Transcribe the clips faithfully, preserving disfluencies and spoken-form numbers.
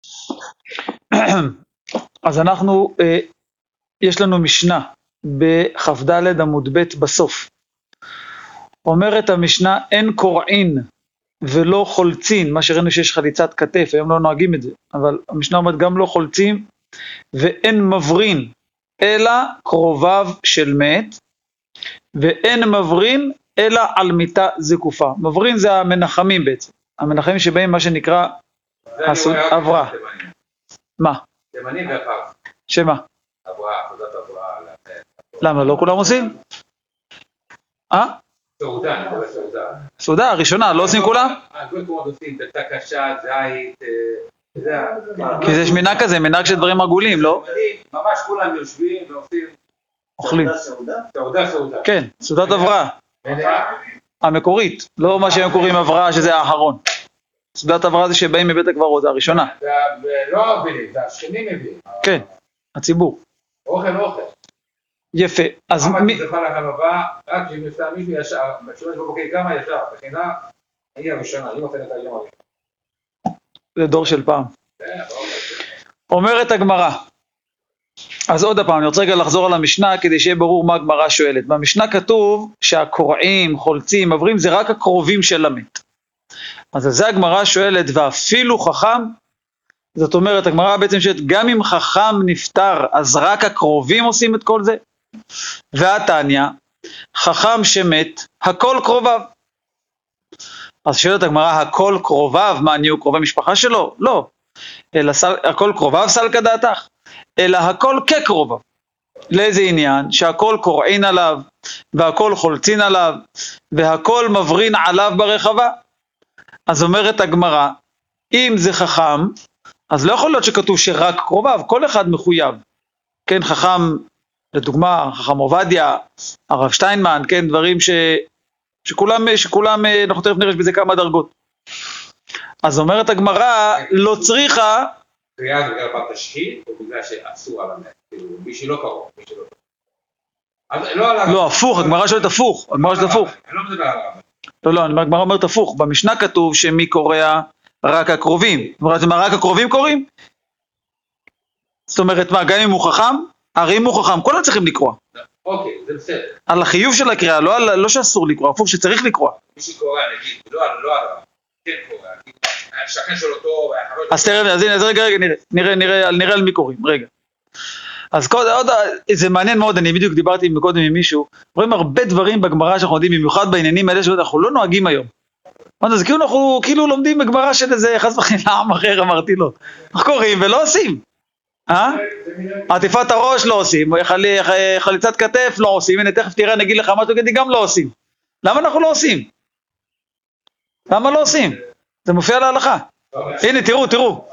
אז אנחנו, אה, יש לנו משנה בכ"ד עמוד ב' בסוף. אומרת המשנה, אין קורעין ולא חולצין, מה שראינו שיש חליצת כתף, היום לא נוהגים את זה, אבל המשנה אומרת גם לא חולצים, ואין מברין, אלא קרוביו של מת, ואין מברין, אלא על מיטה זקופה. מברין זה המנחמים בעצם, המנחמים שבהם מה שנקרא עברה. מה? תימנים והפרס. שמה? עברה, עבודת עברה. למה? לא כולם עושים? אה? סעודה, אני מדבר סעודה. סעודה, הראשונה, לא עושים כולם? כל כמות עושים, דלתה קשה, זית, זה... כי זה מנהג כזה, מנהג של דברים עגולים, לא? ממש כולם יושבים ועושים... אוכלים. סעודה, סעודה. כן, סעודת עברה. המקורית, לא מה שהם קוראים עברה שזה האחרון. סעודת עברה זה שבאים מבית הקברות, זה הראשונה. לא מבינים, זה השכנים מבינים. כן, הציבור. אוכל, אוכל. יפה, אז מי... זה בא לכם הבא, רק שאם נפתע מישהו ישר, בשלוש בבוקר כמה ישר, בחינה, היא הראשונה, היא נותנת את היום הראשון. זה דור של פעם. אומרת הגמרא, אז עוד הפעם, אני רוצה רגע לחזור על המשנה, כדי שיהיה ברור מה הגמרא שואלת. במשנה כתוב שהקורעים, חולצים, עברים, זה רק הקרובים של המת. אז על זה הגמרא שואלת, ואפילו חכם, זאת אומרת, הגמרא בעצם שואלת, גם אם חכם נפטר, אז רק הקרובים עושים את כל זה? והתניא, חכם שמת, הכל קרוביו. אז שואלת הגמרא, הכל קרוביו, מה, נהיו קרובי משפחה שלו? לא. אלא סל, הכל קרוביו סלקא דעתך, אלא הכל כקרוביו. לאיזה עניין? שהכל קורעין עליו, והכל חולצין עליו, והכל מברין עליו ברחבה. אז אומרת הגמרא, אם זה חכם, אז לא יכול להיות שכתוב שרק קרוביו, כל אחד מחויב. כן, חכם, לדוגמה, חכם עובדיה, הרב שטיינמן, כן, דברים ש... שכולם, שכולם, אנחנו תכף נראה בזה כמה דרגות. אז אומרת הגמרא, לא צריכה... קריאה זה בגלל בתשחית, או בגלל שאסור על המת, מי שלא קרוב, מי שלא קרוב. לא, הפוך, הגמרא שואלת הפוך, הגמרא שואלת הפוך. אני לא מדבר על הרב. לא, לא, הגמרא אומרת הפוך, במשנה כתוב שמי קורא רק הקרובים. זאת אומרת, מה, רק הקרובים קוראים? זאת אומרת, מה, גם אם הוא חכם? הרי אם הוא חכם, כולם צריכים לקרוא. אוקיי, זה בסדר. על החיוב של הקריאה, לא, לא שאסור לקרוא, הפוך שצריך לקרוא. מי שקורא, נגיד, לא על הרב, כן קורא, השכן של אותו... אז תראה, אז הנה, אז רגע, רגע, נראה, נראה, נראה, נראה על מי קוראים, רגע. אז עוד, זה מעניין מאוד, אני בדיוק דיברתי מקודם עם מישהו, רואים הרבה דברים בגמרא שאנחנו יודעים, במיוחד בעניינים האלה שאנחנו לא נוהגים היום. אז כאילו אנחנו כאילו לומדים בגמרא של איזה חס וחלילה עם אחר, אמרתי לו. אנחנו קוראים ולא עושים. אה? עטיפת הראש לא עושים, חליצת כתף לא עושים, הנה תכף תראה, נגיד לך משהו כדי גם לא עושים. למה אנחנו לא עושים? למה לא עושים? זה מופיע להלכה. הנה תראו, תראו.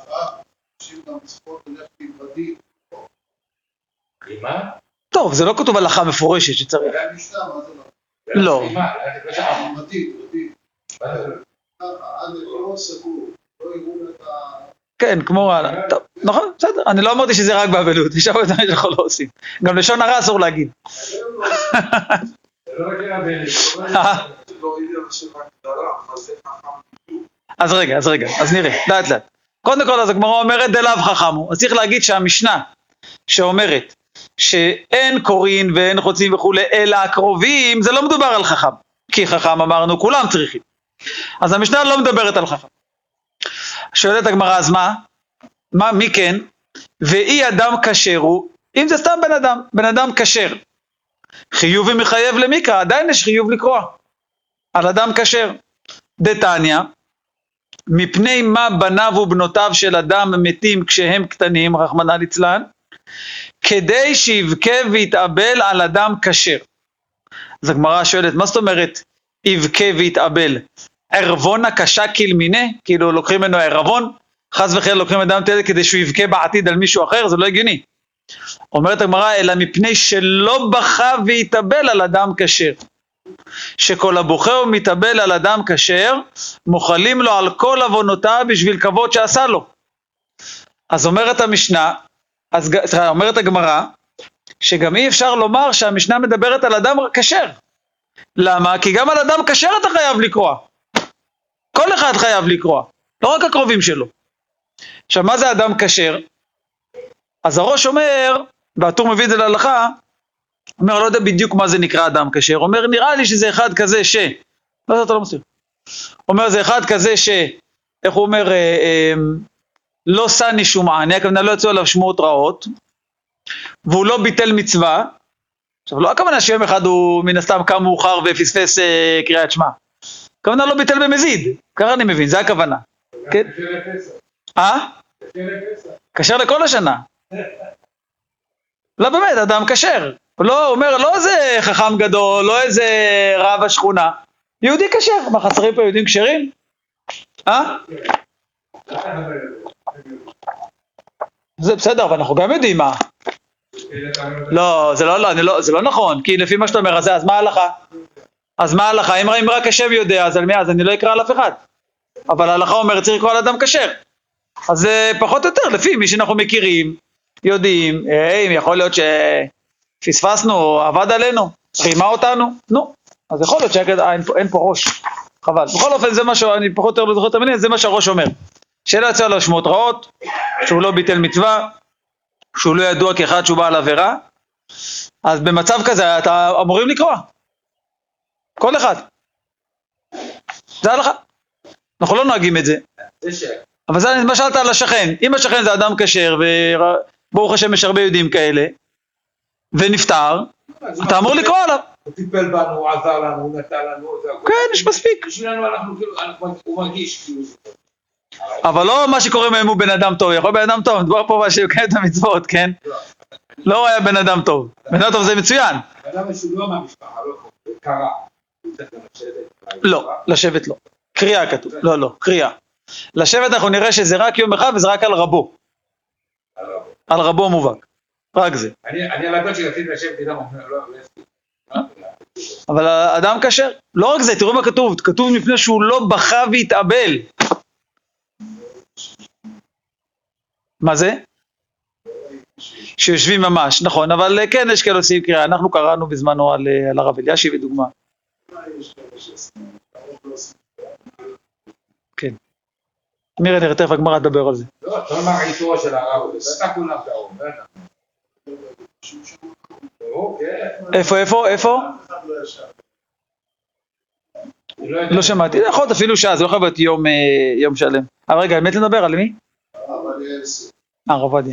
טוב, זה לא כתוב הלכה מפורשת שצריך. לא. כן, כמו... טוב, נכון, בסדר. אני לא אמרתי שזה רק באבלות, יש הרבה דברים שאנחנו לא עושים. גם לשון הרע אסור להגיד. אז רגע, אז רגע, אז נראה, לאט לאט. קודם כל, אז הגמרא אומרת דלאו חכמו. אז צריך להגיד שהמשנה שאומרת שאין קוראים ואין חוצים וכולי, אלא הקרובים, זה לא מדובר על חכם. כי חכם אמרנו, כולם צריכים. אז המשנה לא מדברת על חכם. שואלת הגמרא, אז מה? מה, מי כן? ואי אדם כשר הוא, אם זה סתם בן אדם, בן אדם כשר. חיוב ומחייב למיקרא, עדיין יש חיוב לקרוא. על אדם כשר. דתניא, מפני מה בניו ובנותיו של אדם מתים כשהם קטנים, רחמנא ליצלן, כדי שיבכה ויתאבל על אדם כשר. אז הגמרא שואלת, מה זאת אומרת יבכה ויתאבל? ערבון הקשה כלמיני, כאילו לוקחים ממנו ערבון, חס וחלילה לוקחים אדם תלד כדי שהוא יבכה בעתיד על מישהו אחר, זה לא הגיוני. אומרת הגמרא, אלא מפני שלא בכה ויתאבל על אדם כשר. שכל הבוכה ומתאבל על אדם כשר, מוחלים לו על כל עוונותיו בשביל כבוד שעשה לו. אז אומרת המשנה, אז אומרת הגמרא, שגם אי אפשר לומר שהמשנה מדברת על אדם כשר. למה? כי גם על אדם כשר אתה חייב לקרוא. כל אחד חייב לקרוא, לא רק הקרובים שלו. עכשיו, מה זה אדם כשר? אז הראש אומר, והטור מביא את זה להלכה, אומר, לא יודע בדיוק מה זה נקרא אדם כשר, אומר, נראה לי שזה אחד כזה ש... לא יודע, אתה לא מסתיר. אומר, זה אחד כזה ש... איך הוא אומר, אה, אה, לא סני שומעני, הכוונה לא יצאו עליו שמועות רעות, והוא לא ביטל מצווה. עכשיו, לא הכוונה שיום אחד הוא מן הסתם קם מאוחר ופספס אה, קריאת שמע. הכוונה לא ביטל במזיד, ככה אני מבין, זה הכוונה. כן? אה? כשר לכל השנה. לא באמת, אדם כשר. לא, הוא אומר, לא איזה חכם גדול, לא איזה רב השכונה. יהודי כשר. מה, חסרים פה יהודים כשרים? אה? זה בסדר, אבל אנחנו גם יודעים מה. לא, זה לא, לא, זה לא נכון, כי לפי מה שאתה אומר, אז מה ההלכה? אז מה ההלכה? אם רק השם יודע, אז על מי? אז אני לא אקרא על אף אחד. אבל ההלכה אומרת, צריך לקרוא על אדם כשר. אז זה פחות או יותר, לפי מי שאנחנו מכירים, יודעים, אם יכול להיות שפספסנו, עבד עלינו, רימה אותנו, נו, אז יכול להיות שאין פה ראש, חבל. בכל אופן, זה מה שאני פחות או יותר לא זוכר את המילים, זה מה שהראש אומר. שלא יצא לו שמות רעות, שהוא לא ביטל מצווה, שהוא לא ידוע כאחד שהוא בא על עבירה, אז במצב כזה אתה אמורים לקרוא. כל אחד. זה הלכה. אנחנו לא נוהגים את זה. אבל זה מה שאלת על השכן. אם השכן זה אדם כשר, וברוך השם יש הרבה יהודים כאלה, ונפטר, אתה אמור לקרוא עליו. הוא טיפל בנו, הוא עזר לנו, הוא נתן לנו. כן, יש מספיק. בשבילנו אנחנו כאילו, הוא מרגיש כאילו. אבל לא מה שקורה מהם הוא בן אדם טוב, יכול בן אדם טוב, מדבר פה שהוא קיים את המצוות, כן? לא היה בן אדם טוב, בן אדם טוב זה מצוין. בן אדם שהוא לא מהמשפחה, לא קרה. לא, לשבת לא. קריאה כתוב, לא, לא, קריאה. לשבת אנחנו נראה שזה רק יום אחד וזה רק על רבו. על רבו מובהק, רק זה. אני על הדעת שרציתי לשבת איתם, לא, אבל האדם כשר, לא רק זה, תראו מה כתוב, כתוב מפני שהוא לא בכה והתאבל. מה זה? שיושבים ממש, נכון, אבל כן יש כאלה עושים קריאה, אנחנו קראנו בזמנו על, על הרב אלישיב בדוגמה. כן. נראה, נראה, תכף הגמרא תדבר על זה. לא, לא מה העיתו של הרב, בטח כולם קראו, בטח. איפה, איפה, איפה? לא שמעתי, יכול להיות אפילו שעה, זה לא יכול להיות יום שלם. אבל רגע, באמת לדבר על מי? אה, רב עובדיה.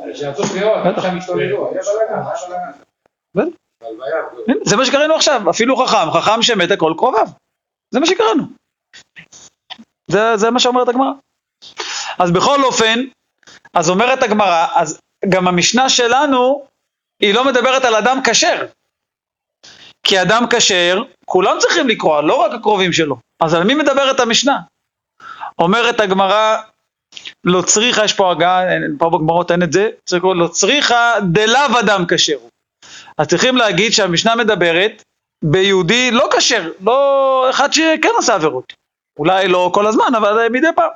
זה מה שקראנו עכשיו, אפילו חכם, חכם שמת הכל קרוביו. זה מה שקראנו. זה מה שאומרת הגמרא. אז בכל אופן, אז אומרת הגמרא, אז גם המשנה שלנו, היא לא מדברת על אדם כשר. כי אדם כשר, כולם צריכים לקרוא, לא רק הקרובים שלו. אז על מי מדברת המשנה? אומרת הגמרא, לא צריכה, יש פה הגעה, פה בגמרות אין את זה, צריך לקרוא, לא צריכה דלאו אדם כשר. אז צריכים להגיד שהמשנה מדברת ביהודי לא כשר, לא אחד שכן עושה עבירות. אולי לא כל הזמן, אבל מדי פעם.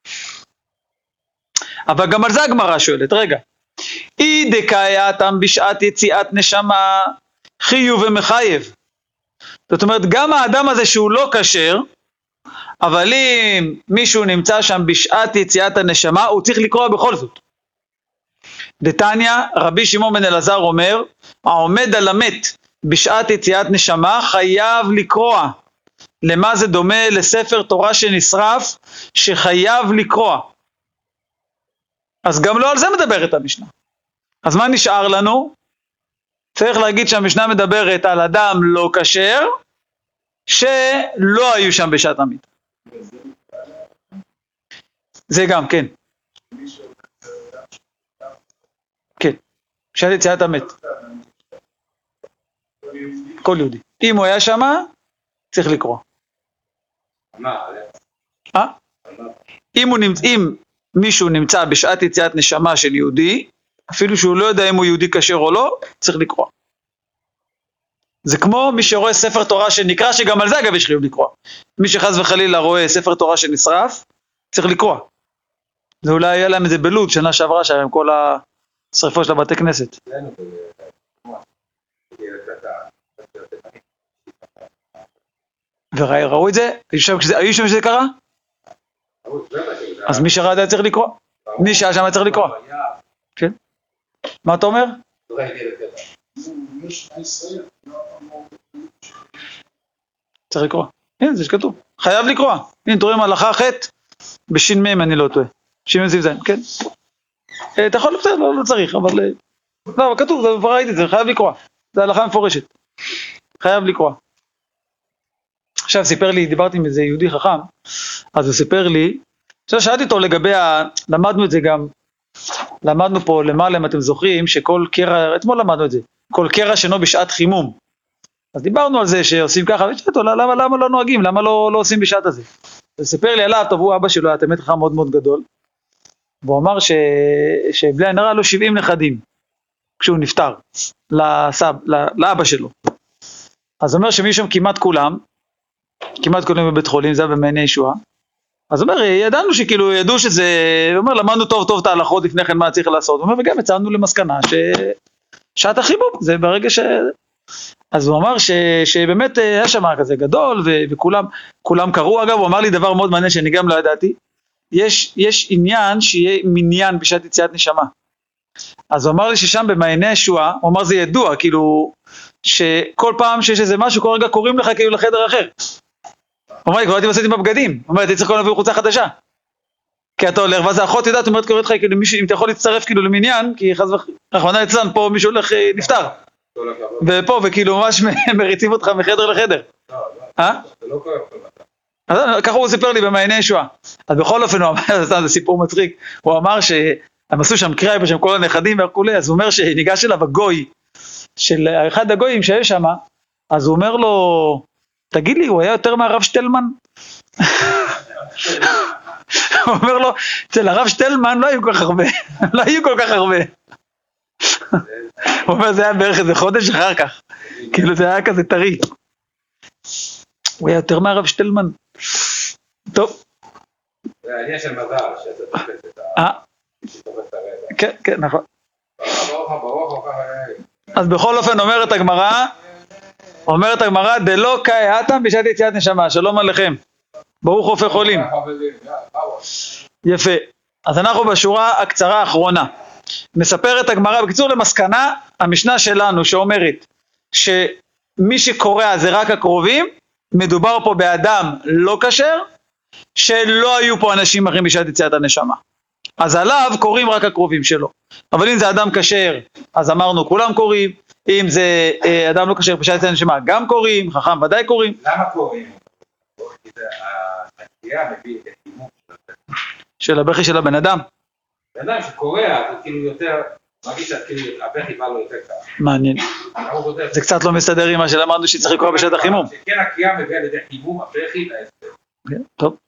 אבל גם על זה הגמרא שואלת, רגע. אי דקאייתם בשעת יציאת נשמה חיוב ומחייב. זאת אומרת, גם האדם הזה שהוא לא כשר, אבל אם מישהו נמצא שם בשעת יציאת הנשמה, הוא צריך לקרוא בכל זאת. דתניא, רבי שמעון בן אלעזר אומר, העומד על המת בשעת יציאת נשמה חייב לקרוא. למה זה דומה? לספר תורה שנשרף שחייב לקרוא. אז גם לא על זה מדברת המשנה. אז מה נשאר לנו? צריך להגיד שהמשנה מדברת על אדם לא כשר, שלא היו שם בשעת המת. זה גם, כן. כן, בשעת יציאת המת. כל יהודי. אם הוא היה שם, צריך לקרוא. אה? אם הוא נמצא, אם מישהו נמצא בשעת יציאת נשמה של יהודי, אפילו שהוא לא יודע אם הוא יהודי כשר או לא, צריך לקרוא. זה כמו מי שרואה ספר תורה שנקרא, שגם על זה אגב יש חיוב לקרוא. מי שחס וחלילה רואה ספר תורה שנשרף, צריך לקרוא. זה אולי היה להם איזה בלוד, שנה שעברה שם עם כל השריפות של הבתי כנסת. וראו את זה? היו שם שזה קרה? אז מי שראה היה צריך לקרוא. משעה שם צריך לקרוא. כן? מה אתה אומר? צריך לקרוא. הנה, זה שכתוב. חייב לקרוא. הנה, תוראים הלכה חטא בשין מם, אני לא טועה. שין מם זיו כן? אתה יכול לפתור, לא צריך, אבל... לא, אבל כתוב, כבר ראיתי את זה, חייב לקרוא. זה הלכה מפורשת. חייב לקרוא. עכשיו סיפר לי, דיברתי עם איזה יהודי חכם, אז הוא סיפר לי, עכשיו שאלתי אותו לגבי ה... למדנו את זה גם, למדנו פה למעלה, אם אתם זוכרים, שכל קרע, אתמול למדנו את זה, כל קרע שאינו בשעת חימום. אז דיברנו על זה שעושים ככה, ושאלתי אותו, למה, למה לא נוהגים, למה לא, לא עושים בשעת הזה? אז סיפר לי עליו, טוב, הוא אבא שלו, היה תמת חכם מאוד מאוד גדול, והוא אמר ש... שבלי עין הרע לו שבעים נכדים, כשהוא נפטר, לסב, לאבא שלו. אז הוא אומר שמי שם כמעט כולם, כמעט כולם בבית חולים, זה היה במעייני ישועה. אז הוא אומר, ידענו שכאילו, ידעו שזה, הוא אומר, למדנו טוב טוב את ההלכות לפני כן מה צריך לעשות. הוא אומר, וגם הצענו למסקנה ש... שעת החיבום, זה ברגע ש... אז הוא אמר ש... שבאמת היה שם כזה גדול, ו... וכולם כולם קראו. אגב, הוא אמר לי דבר מאוד מעניין שאני גם לא ידעתי. יש, יש עניין שיהיה מניין בשעת יציאת נשמה. אז הוא אמר לי ששם במעייני ישועה, הוא אמר זה ידוע, כאילו, שכל פעם שיש איזה משהו, כל רגע קוראים לך כאילו לחדר אחר. הוא אומר לי, כבר הייתי מסעתי בבגדים, הוא אומר, הייתי צריך כל נביא חוצה חדשה. כי אתה הולך, ואז האחות יודעת, אומרת, קוראת לך, כאילו, מישהו, אם אתה יכול להצטרף כאילו למניין, כי חס וחרחמנא ליצלן, פה מישהו הולך נפטר. ופה, וכאילו, ממש מריצים אותך מחדר לחדר. אה? זה לא קורה. ככה הוא סיפר לי במעייני ישועה. אז בכל אופן, הוא אמר, זה סיפור מצחיק, הוא אמר שהם עשו שם קריאה בשם כל הנכדים וכולי, אז הוא אומר שניגש אליו הגוי, של אחד הגויים שיש שם, אז הוא אומר לו, תגיד לי, הוא היה יותר מהרב שטלמן? הוא אומר לו, אצל הרב שטלמן לא היו כל כך הרבה, לא היו כל כך הרבה. הוא אומר, זה היה בערך איזה חודש אחר כך, כאילו זה היה כזה טרי. הוא היה יותר מהרב שטלמן. טוב. זה העניין של מזל, שאתה תופס את ה... אה? כן, כן, נכון. אז בכל אופן אומרת הגמרא, אומרת הגמרא, דלא קאי בשעת יציאת נשמה, שלום עליכם, ברוך רופא חולים. יפה. אז אנחנו בשורה הקצרה האחרונה. מספרת הגמרא, בקיצור למסקנה, המשנה שלנו שאומרת, שמי שקורא זה רק הקרובים, מדובר פה באדם לא כשר, שלא היו פה אנשים אחרים בשעת יציאת הנשמה. אז עליו קוראים רק הקרובים שלו. אבל אם זה אדם כשר, אז אמרנו כולם קוראים, אם זה אה, אדם לא כשר בשעת יציאת הנשמה, גם קוראים, חכם ודאי קוראים. למה קוראים? כי זה הקריאה מביא את החימום של הבכי של הבן אדם. בן אדם שקורא, זה כאילו יותר, מרגיש שאת כאילו, הבכי בא לו יותר קרה. מעניין. זה קצת לא מסתדר עם מה שלמדנו שצריך לקרוא בשעת החימום. שכן הקריאה מביאה לידי חימום, הבכי להסבר. טוב.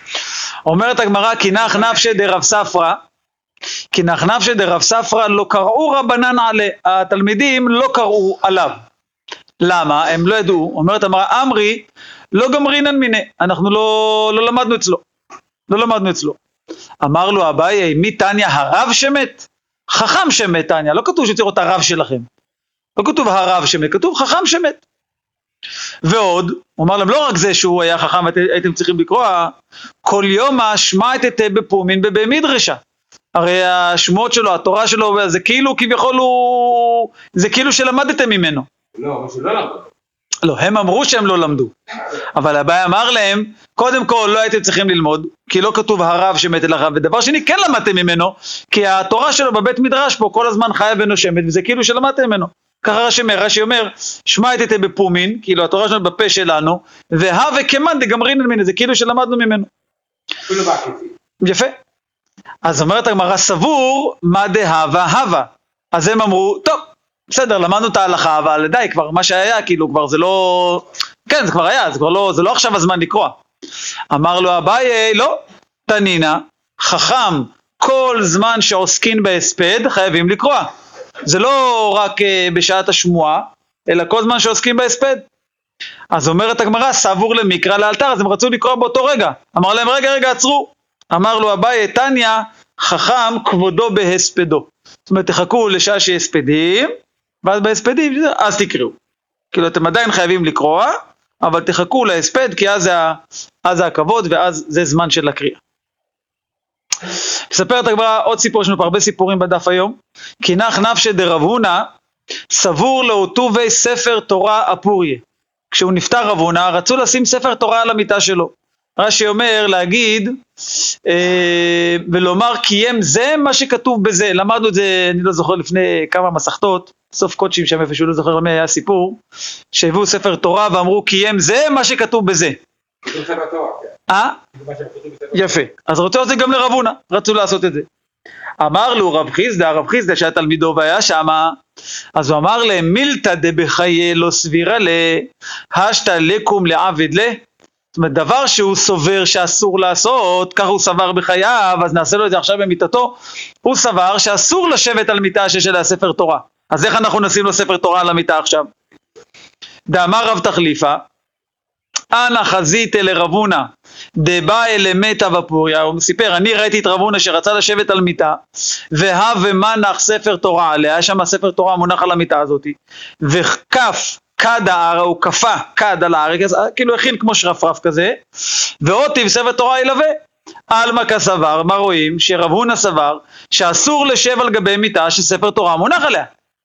אומרת הגמרא, כי נח נפשי דרב ספרא, כי נח נפשי דרב ספרא לא קראו רבנן עלי, התלמידים לא קראו עליו. למה? הם לא ידעו. אומרת הגמרא, אמרי, לא גמרינן מיני, אנחנו לא, לא למדנו אצלו. לא למדנו אצלו. אמר לו אביי, מי תניא הרב שמת? חכם שמת תניא, לא כתוב שצריך את הרב שלכם. לא כתוב הרב שמת, כתוב חכם שמת. ועוד, הוא אמר להם, לא רק זה שהוא היה חכם, הייתם צריכים לקרוא, כל יום השמעת את בפומין בבמדרשה. הרי השמועות שלו, התורה שלו, זה כאילו כביכול הוא, זה כאילו שלמדתם ממנו. לא, אבל שלא למדו. לא, הם אמרו שהם לא למדו. אבל אביי אמר להם, קודם כל לא הייתם צריכים ללמוד, כי לא כתוב הרב שמת אל הרב, ודבר שני, כן למדתם ממנו, כי התורה שלו בבית מדרש פה כל הזמן חיה ונושמת, וזה כאילו שלמדתם ממנו. ככה רש"י אומר, רש"י אומר, שמע את זה בפומין, כאילו התורה שלנו בפה שלנו, והווה כמאן דגמרינן מיני, זה כאילו שלמדנו ממנו. אפילו בעקיפין. יפה. אז אומרת הגמרא, סבור מה דהווה הווה. אז הם אמרו, טוב, בסדר, למדנו את ההלכה, אבל די, כבר מה שהיה, כאילו כבר זה לא... כן, זה כבר היה, זה כבר לא, זה לא עכשיו הזמן לקרוא. אמר לו אביי, לא, תנינה, חכם, כל זמן שעוסקין בהספד, חייבים לקרוא. זה לא רק uh, בשעת השמועה, אלא כל זמן שעוסקים בהספד. אז אומרת הגמרא, סבור למקרא לאלתר, אז הם רצו לקרוא באותו רגע. אמר להם, רגע, רגע, עצרו. אמר לו אביי, תניא, חכם כבודו בהספדו. זאת אומרת, תחכו לשעה שהספדים, ואז בהספדים, אז תקראו. כאילו, אתם עדיין חייבים לקרוא, אבל תחכו להספד, כי אז זה, אז זה הכבוד, ואז זה זמן של הקריאה. מספרת הגמרא עוד סיפור, יש לנו פה הרבה סיפורים בדף היום, כי נח נפשי דרב הונא סבור לאוטובי ספר תורה אפוריה. כשהוא נפטר רב הונא, רצו לשים ספר תורה על המיטה שלו. רש"י אומר להגיד אה, ולומר קיים זה מה שכתוב בזה. למדנו את זה, אני לא זוכר, לפני כמה מסכתות, סוף קודשים שם איפה שהוא לא זוכר למי היה סיפור, שהביאו ספר תורה ואמרו קיים זה מה שכתוב בזה. כתוב ספר תורה, כן. אה? יפה. אז רצו את זה גם לרב הונא, רצו לעשות את זה. אמר לו רב חיסדא, רב חיסדא שהיה תלמידו והיה שמה, אז הוא אמר להם מילתא דבחיי לא סבירה לה, השתא לקום לעבד לה. זאת אומרת, דבר שהוא סובר שאסור לעשות, כך הוא סבר בחייו, אז נעשה לו את זה עכשיו במיטתו, הוא סבר שאסור לשבת על מיטה שיש עליה ספר תורה. אז איך אנחנו נשים לו ספר תורה על המיטה עכשיו? דאמר רב תחליפה, אנא חזית אל רב הונא דבא אל מתה בפוריה. הוא סיפר, אני ראיתי את רב הונא שרצה לשבת על מיטה, והא ומנח ספר תורה עליה, היה שם ספר תורה מונח על המיטה הזאת, וכף כד הערה, הוא כפה כד על הארץ, כאילו הכין כמו שרפרף כזה, ואותיב ספר תורה ילווה. אלמה כסבר, מה רואים? שרב הונא סבר שאסור לשב על גבי מיטה שספר תורה מונח עליה.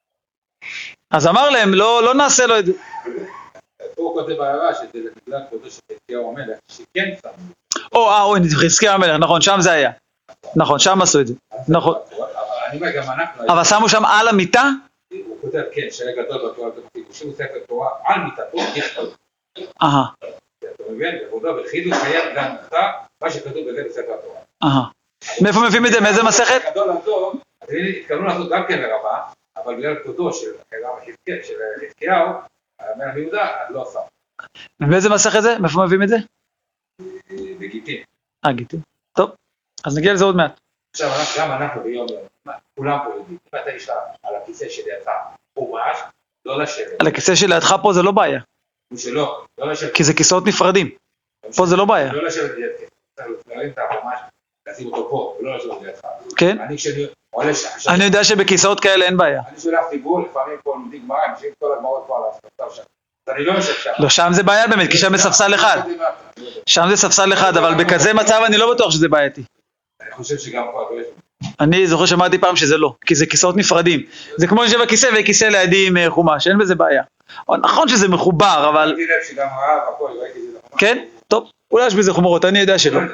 אז אמר להם, לא, לא נעשה לו את זה. פה הוא כותב הערה שזה בגלל כבודו של חזקיהו המלך, שכן שם. או, אה, או, חזקיהו המלך, נכון, שם זה היה. נכון, שם עשו את זה. נכון. אני אומר, גם אנחנו... אבל שמו שם על המיטה? הוא כותב, כן, שהיה גדול בתורה, שהוא ספר תורה על מיטתו, יכתוב. אהה. אתה מבין? כבודו, וחידוש חייב גם אותה, מה שכתוב בזה בספר התורה. אהה. מאיפה מביאים את זה? מאיזה מסכת? גדול הזו, אז התכוונו לעשות גם כן לרבה, אבל בגלל כבודו של חזקיהו, המלך יהודה, אז לא עשה. ומאיזה מסכת זה? מאיפה מביאים את זה? בגיטין. אה, גיטין. טוב, אז נגיע לזה עוד מעט. עכשיו, גם אנחנו ביום, כולם פה יודעים, אם אתה ישב על הכיסא שלידך, חומש, לא לשבת. על הכיסא שלידך פה זה לא בעיה. הוא שלא, לא לשבת. כי זה כיסאות נפרדים. פה זה לא בעיה. לא לשבת לידך. צריך להרים את החומש, לשים אותו פה, ולא לשבת לידך. כן? אני כשאני עולה שם. אני יודע שבכיסאות כאלה אין בעיה. אני שולח חיבור, לפעמים פה לומדים גמרא, אני משאיר כל הגמרות פה על הספסל שם. אז אני לא יושב שם. לא, שם זה בעיה באמת, כי שם זה ספסל אחד. שם זה ספסל אחד, אבל בכזה מצב אני לא בטוח שזה בעייתי. אני חושב שגם פה, אתה יש... אני זוכר שמעתי פעם שזה לא, כי זה כיסאות נפרדים. זה כמו לשבת בכיסא וכיסא לידי עם חומש, אין בזה בעיה. נכון שזה מחובר, אבל... אני לב שגם הרב, הכל, ראיתי את זה לחומש. כן? טוב, אולי יש בזה חומרות, אני יודע שלא.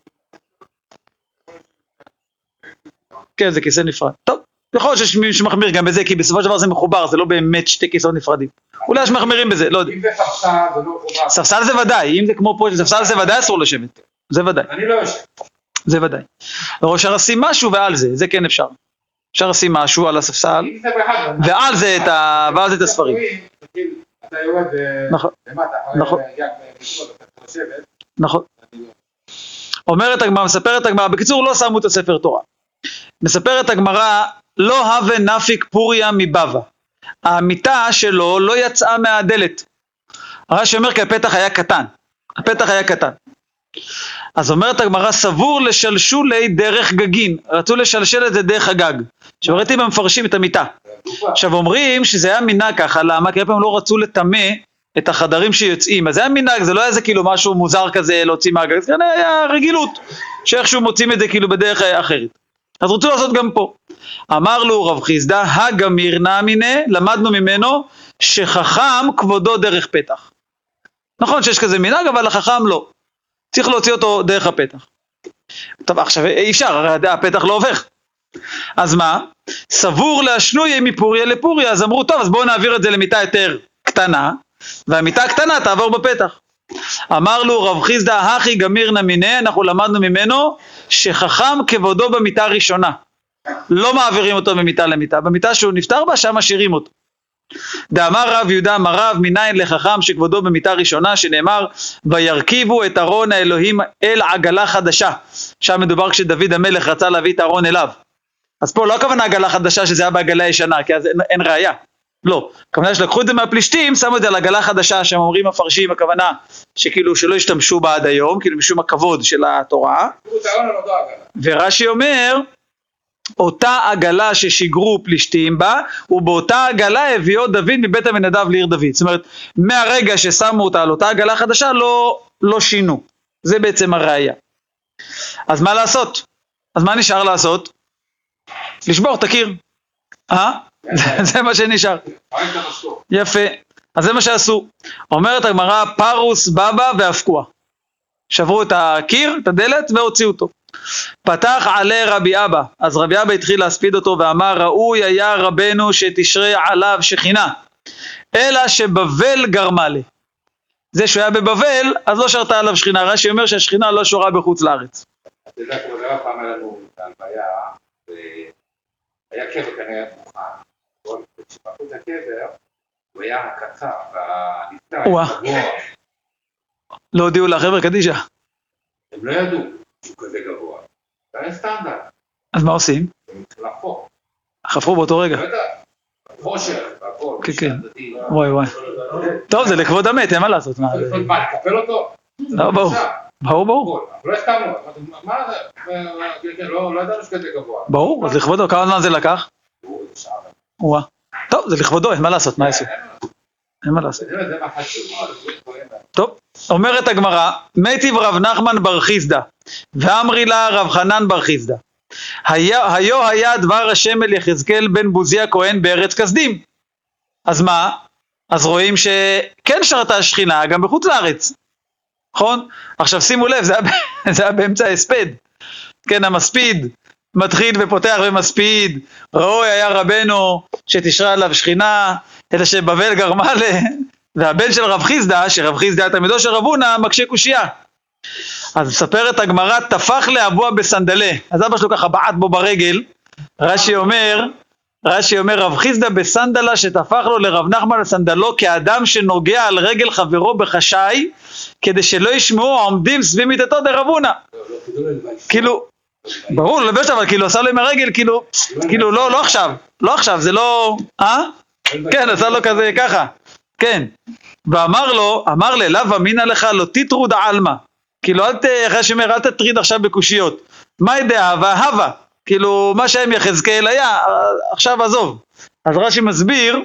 כן, זה כיסא נפרד. טוב, יכול להיות שיש מי שמחמיר גם בזה, כי בסופו של דבר זה מחובר, זה לא באמת שתי כיסאות נפרדים. אולי יש מחמירים בזה, לא יודע. אם זה ספסל, זה לא מחובר. ספסל זה ודאי, אם זה כמו פה, ספסל זה ודאי אסור לשבת. זה ודאי. אני לא יושב. זה ודאי. או אפשר לשים משהו ועל זה, זה כן אפשר. אפשר לשים משהו על הספסל, ועל זה את ה... ועל זה את הספרים. אתה יורד למטה, נכון. אחרי נכון. אומרת הגמרא, מספרת הגמרא, בקיצור לא שמו את הספר תורה. מספרת הגמרא, לא הווה נפיק פוריה מבבא. המיטה שלו לא יצאה מהדלת. רש"י אומר כי הפתח היה קטן. הפתח היה קטן. אז אומרת הגמרא, סבור לשלשולי דרך גגין. רצו לשלשל את זה דרך הגג. שראיתי במפרשים את המיטה. עכשיו אומרים שזה היה מנהג ככה, למה? כי פעם לא רצו לטמא את החדרים שיוצאים. אז זה היה מנהג, זה לא היה זה כאילו משהו מוזר כזה להוציא מהגג. זה היה רגילות, שאיכשהו מוצאים את זה כאילו בדרך אחרת. אז רצו לעשות גם פה. אמר לו רב חיסדא, הגמיר נאמינא, למדנו ממנו שחכם כבודו דרך פתח. נכון שיש כזה מנהג, אבל החכם לא. צריך להוציא אותו דרך הפתח. טוב, עכשיו אי אפשר, הרי הפתח לא הופך. אז מה? סבור להשנויה מפוריה לפוריה, אז אמרו, טוב, אז בואו נעביר את זה למיטה יותר קטנה, והמיטה הקטנה תעבור בפתח. אמר לו רב חיסדא, הכי גמיר נאמינא, אנחנו למדנו ממנו שחכם כבודו במיטה הראשונה. לא מעבירים אותו ממיטה למיטה, במיטה שהוא נפטר בה, שם משאירים אותו. דאמר רב יהודה אמר רב, מניין לחכם שכבודו במיטה ראשונה, שנאמר וירכיבו את ארון האלוהים אל עגלה חדשה. שם מדובר כשדוד המלך רצה להביא את הארון אליו. אז פה לא הכוונה עגלה חדשה שזה היה בעגלה ישנה, כי אז אין, אין ראיה. לא, הכוונה שלקחו את זה מהפלישתים, שמו את זה על עגלה חדשה, שהם אומרים מפרשים, הכוונה שכאילו שלא השתמשו בה עד היום, כאילו משום הכבוד של התורה. ורש"י אומר, אותה עגלה ששיגרו פלישתים בה, ובאותה עגלה הביאו דוד מבית אבינדב לעיר דוד. זאת אומרת, מהרגע ששמו אותה על אותה עגלה חדשה, לא, לא שינו. זה בעצם הראיה. אז מה לעשות? אז מה נשאר לעשות? לשבור את הקיר. אה? זה מה שנשאר. יפה. אז זה מה שעשו. אומרת הגמרא, פרוס בבא והפקוע. שברו את הקיר, את הדלת, והוציאו אותו. פתח עלי רבי אבא. אז רבי אבא התחיל להספיד אותו ואמר, ראוי היה רבנו שתשרה עליו שכינה, אלא שבבל גרמה לי. זה שהוא היה בבבל, אז לא שרתה עליו שכינה. רש"י אומר שהשכינה לא שורה בחוץ לארץ. אתה יודע, כמו דבר פעם היה לנו בהלוויה, היה קבר כנראה מוכן. כשפחו את הקבר, הוא היה קצר, והנפטר היה גבוה. לא הודיעו לחבר קדישה. הם לא ידעו שהוא כזה גבוה. זה היה סטנדרט. אז מה עושים? הם צריכים לחפור. חפרו באותו רגע. לא יודע, חושך, הכל. כן, כן. וואי וואי. טוב, זה לכבוד המת, אין מה לעשות. מה, לקפל אותו? לא, ברור. ברור, ברור. אבל לא הסכמנו. מה זה? לא ידענו שכזה גבוה. ברור, אז לכבודו, כמה זמן זה לקח? וואה. טוב, זה לכבודו, אין מה לעשות, מה יעשו? אין מה לעשות. טוב, אומרת הגמרא, מיטיב רב נחמן בר חיסדא, ואמרי לה רב חנן בר חיסדא, היו היה דבר השם אל יחזקאל בן בוזי הכהן בארץ כסדים. אז מה? אז רואים שכן שרתה השכינה גם בחוץ לארץ. נכון? עכשיו שימו לב, זה היה, זה היה באמצע ההספד. כן, המספיד מתחיל ופותח ומספיד, ראוי היה רבנו שתשרה עליו שכינה, אלא שבבל גרמה ל... והבן של רב חיסדא, שרב חיסדא היה תלמידו של רב הונא, מקשה קושייה. אז מספרת הגמרא, טפח לאבוה בסנדלה. אז אבא שלו ככה בעט בו ברגל. רש"י אומר, רש"י אומר, רב חיסדא בסנדלה שטפח לו לרב נחמן לסנדלו, כאדם שנוגע על רגל חברו בחשאי, כדי שלא ישמעו העומדים סביב מיטתו דרב הונא. כאילו, ברור, לא לבש, אבל כאילו עשה לו עם הרגל, כאילו, כאילו לא, לא עכשיו, לא עכשיו, זה לא, אה? כן, עשה לו כזה ככה, כן. ואמר לו, אמר לי, לאו אמינא לך, לא תטרוד עלמא. כאילו, אל ת, אחרי שאומר, אל תטריד עכשיו בקושיות. מה ידעה? והווה. כאילו, מה שהם יחזקאל היה, עכשיו עזוב. אז רש"י מסביר,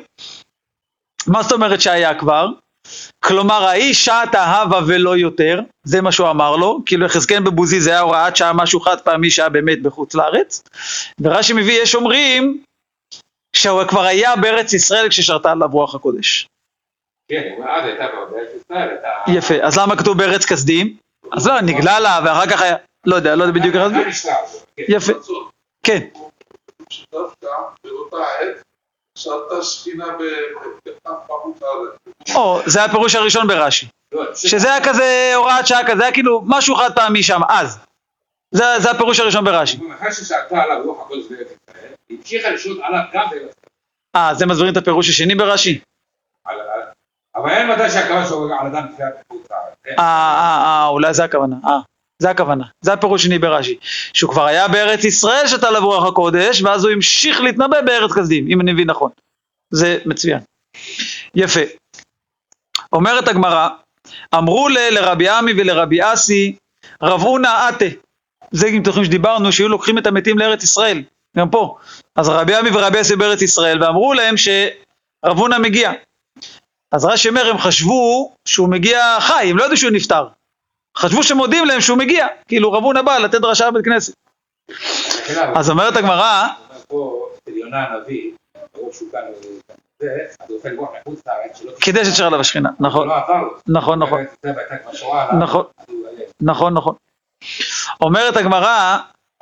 מה זאת אומרת שהיה כבר? כלומר, האיש שעת ההווה ולא יותר, זה מה שהוא אמר לו, כאילו יחזקאל בבוזי זה היה הוראת שעה משהו חד פעמי שהיה באמת בחוץ לארץ, ורש"י מביא, יש אומרים, שהוא כבר היה בארץ ישראל כששרתה עליו רוח הקודש. כן, אז הייתה בארץ ישראל, הייתה... יפה, אז למה כתוב בארץ כסדים? אז לא, נגלה לה, ואחר כך היה, לא יודע, לא יודע בדיוק איך זה. יפה, כן. שדווקא באותה עת, שרתה שכינה באף פעמות הארץ. או, זה הפירוש הראשון ברש"י. שזה היה כזה הוראת שעה כזה, היה כאילו משהו חד פעמי שם, אז. זה הפירוש הראשון ברש"י. אחרי ששרתה עליו רוח הקודש בארץ ישראל, היא המשיכה לשרות עליו גם בארץ ישראל. אה, זה מסבירים את הפירוש השני ברש"י? אבל אין מדי שהכוונה שהוא על אדם לפני בחוץ לארץ. אה, אה, אה, אולי זה הכוונה, אה, זה הכוונה, זה הפירוש שני ברש"י, שהוא כבר היה בארץ ישראל שתה עליו רוח הקודש, ואז הוא המשיך להתנבא בארץ כסדים, אם אני מבין נכון, זה מצוין, יפה. אומרת הגמרא, אמרו ל, לרבי עמי ולרבי אסי, רב הונא אתה, זה אם תוכלים שדיברנו, שיהיו לוקחים את המתים לארץ ישראל, גם פה, אז רבי עמי ורבי אסי בארץ ישראל, ואמרו להם שרב הונא מגיע, אז רש"י אומר, הם חשבו שהוא מגיע חי, הם לא ידעו שהוא נפטר. חשבו שמודים להם שהוא מגיע, כאילו רב הונא בא לתת דרשה בבית כנסת. אז אומרת הגמרא, פה אצל יונה הנביא, ברוב שהוא כאן, אז הוא הופך רוח מחוץ לארץ, כדי שתשרה עליו השכינה, נכון. נכון, נכון. נכון, נכון, נכון. אומרת הגמרא,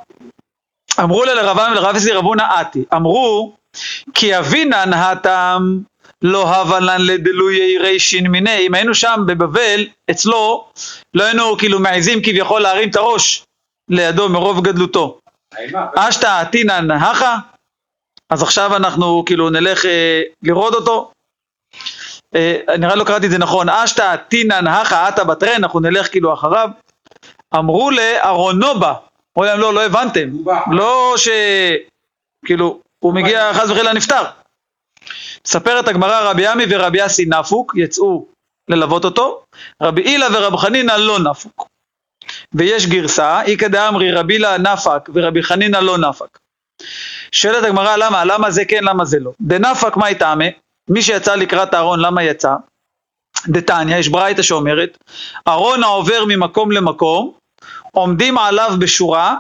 אמרו לרב עמי ולרב אסי רב הונא אתי, אמרו, כי אבינן הטעם, לא הבנן לדלויי רישין מיני, אם היינו שם בבבל, אצלו, לא היינו כאילו מעזים כביכול להרים את הראש לידו מרוב גדלותו. אשתא עתינן הכה, אז עכשיו אנחנו כאילו נלך אה, לראות אותו, אה, נראה לא קראתי את זה נכון, אשתא עתינן הכה, עתה בתרן, אנחנו נלך כאילו אחריו, אמרו לארונובה, אמרו להם לא, לא הבנתם, לא ש... כאילו, הוא מגיע חס וחלילה נפטר. ספרת הגמרא רבי עמי ורבי אסי נפוק, יצאו ללוות אותו, רבי הילה ורבי חנינא לא נפוק. ויש גרסה, איקא דאמרי רבי הילה נפק ורבי חנינא לא נפק. שואלת הגמרא למה, למה זה כן, למה זה לא. דנפק מה יטעמה, מי שיצא לקראת הארון למה יצא? דתניא, יש ברייתא שאומרת, ארון העובר ממקום למקום, עומדים עליו בשורה,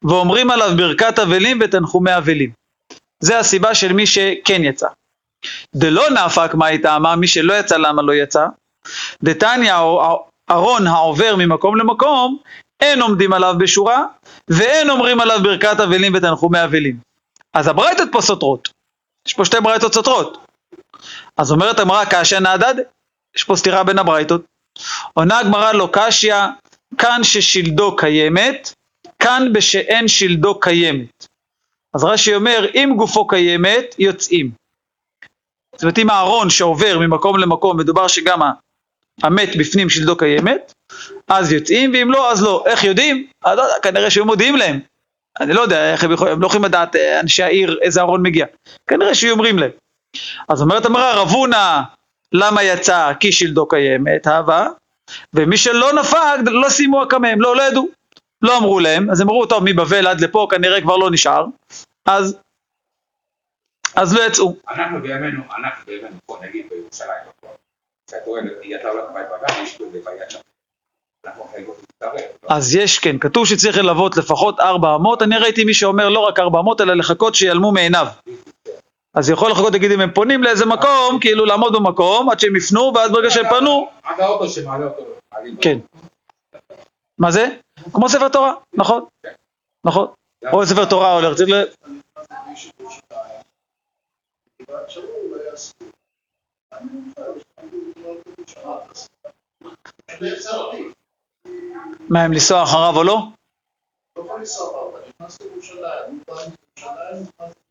ואומרים עליו ברכת אבלים ותנחומי אבלים. זה הסיבה של מי שכן יצא. דלא נפק מה הייתה אמר, מי שלא יצא למה לא יצא? דתניא ארון העובר ממקום למקום, אין עומדים עליו בשורה, ואין אומרים עליו ברכת אבלים ותנחומי אבלים. אז הברייתות פה סותרות. יש פה שתי ברייתות סותרות. אז אומרת הגמרא קשיא נהדד, יש פה סתירה בין הברייתות. עונה הגמרא לא קשיא, כאן ששלדו קיימת, כאן בשאין שלדו קיימת. אז רש"י אומר, אם גופו קיימת, יוצאים. זאת אומרת, אם הארון שעובר ממקום למקום, מדובר שגם המת בפנים שלדו קיימת, אז יוצאים, ואם לא, אז לא. איך יודעים? אז לא יודע, כנראה שהיו מודיעים להם. אני לא יודע, איך הם, יכולים, הם לא יכולים לדעת אנשי העיר איזה ארון מגיע. כנראה שהיו אומרים להם. אז אומרת אמרה, רבונה, למה יצא? כי שלדו קיימת, אהבה. ומי שלא נפק, לא שימו הקמם, לא, לא ידעו. לא אמרו להם, אז הם אמרו, טוב, מבבל עד לפה, כנראה כבר לא נשאר. אז, אז לא יצאו. אנחנו בימינו, אנחנו בימינו פה, נגיד בירושלים, כשאתה רואה, יתה הולך בית בגן, יש לו בבית שם. אז יש, כן, כתוב שצריך ללוות לפחות ארבע אמות, אני ראיתי מי שאומר לא רק ארבע אמות, אלא לחכות שיעלמו מעיניו. אז יכול לחכות, תגיד, אם הם פונים לאיזה מקום, כאילו לעמוד במקום, עד שהם יפנו, ואז ברגע שהם פנו... עד האוטו שמעלה אותו. כן. מה זה? כמו ספר תורה, נכון? נכון. או ספר תורה הולך, צריך ל... מה, הם לנסוע אחריו או לא? לא יכול לנסוע אחריו, אני נכנס לירושלים, לירושלים,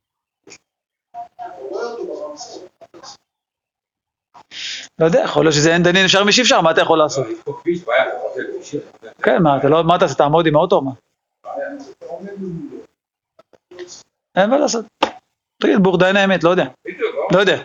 לא יודע, יכול להיות שזה אין דנין אפשר משאי אפשר, מה אתה יכול לעשות? כן, מה, אתה לא, מה אתה עושה, תעמוד עם האוטו, מה? אין מה לעשות. תגיד, בורדאין האמת, לא יודע. לא יודע.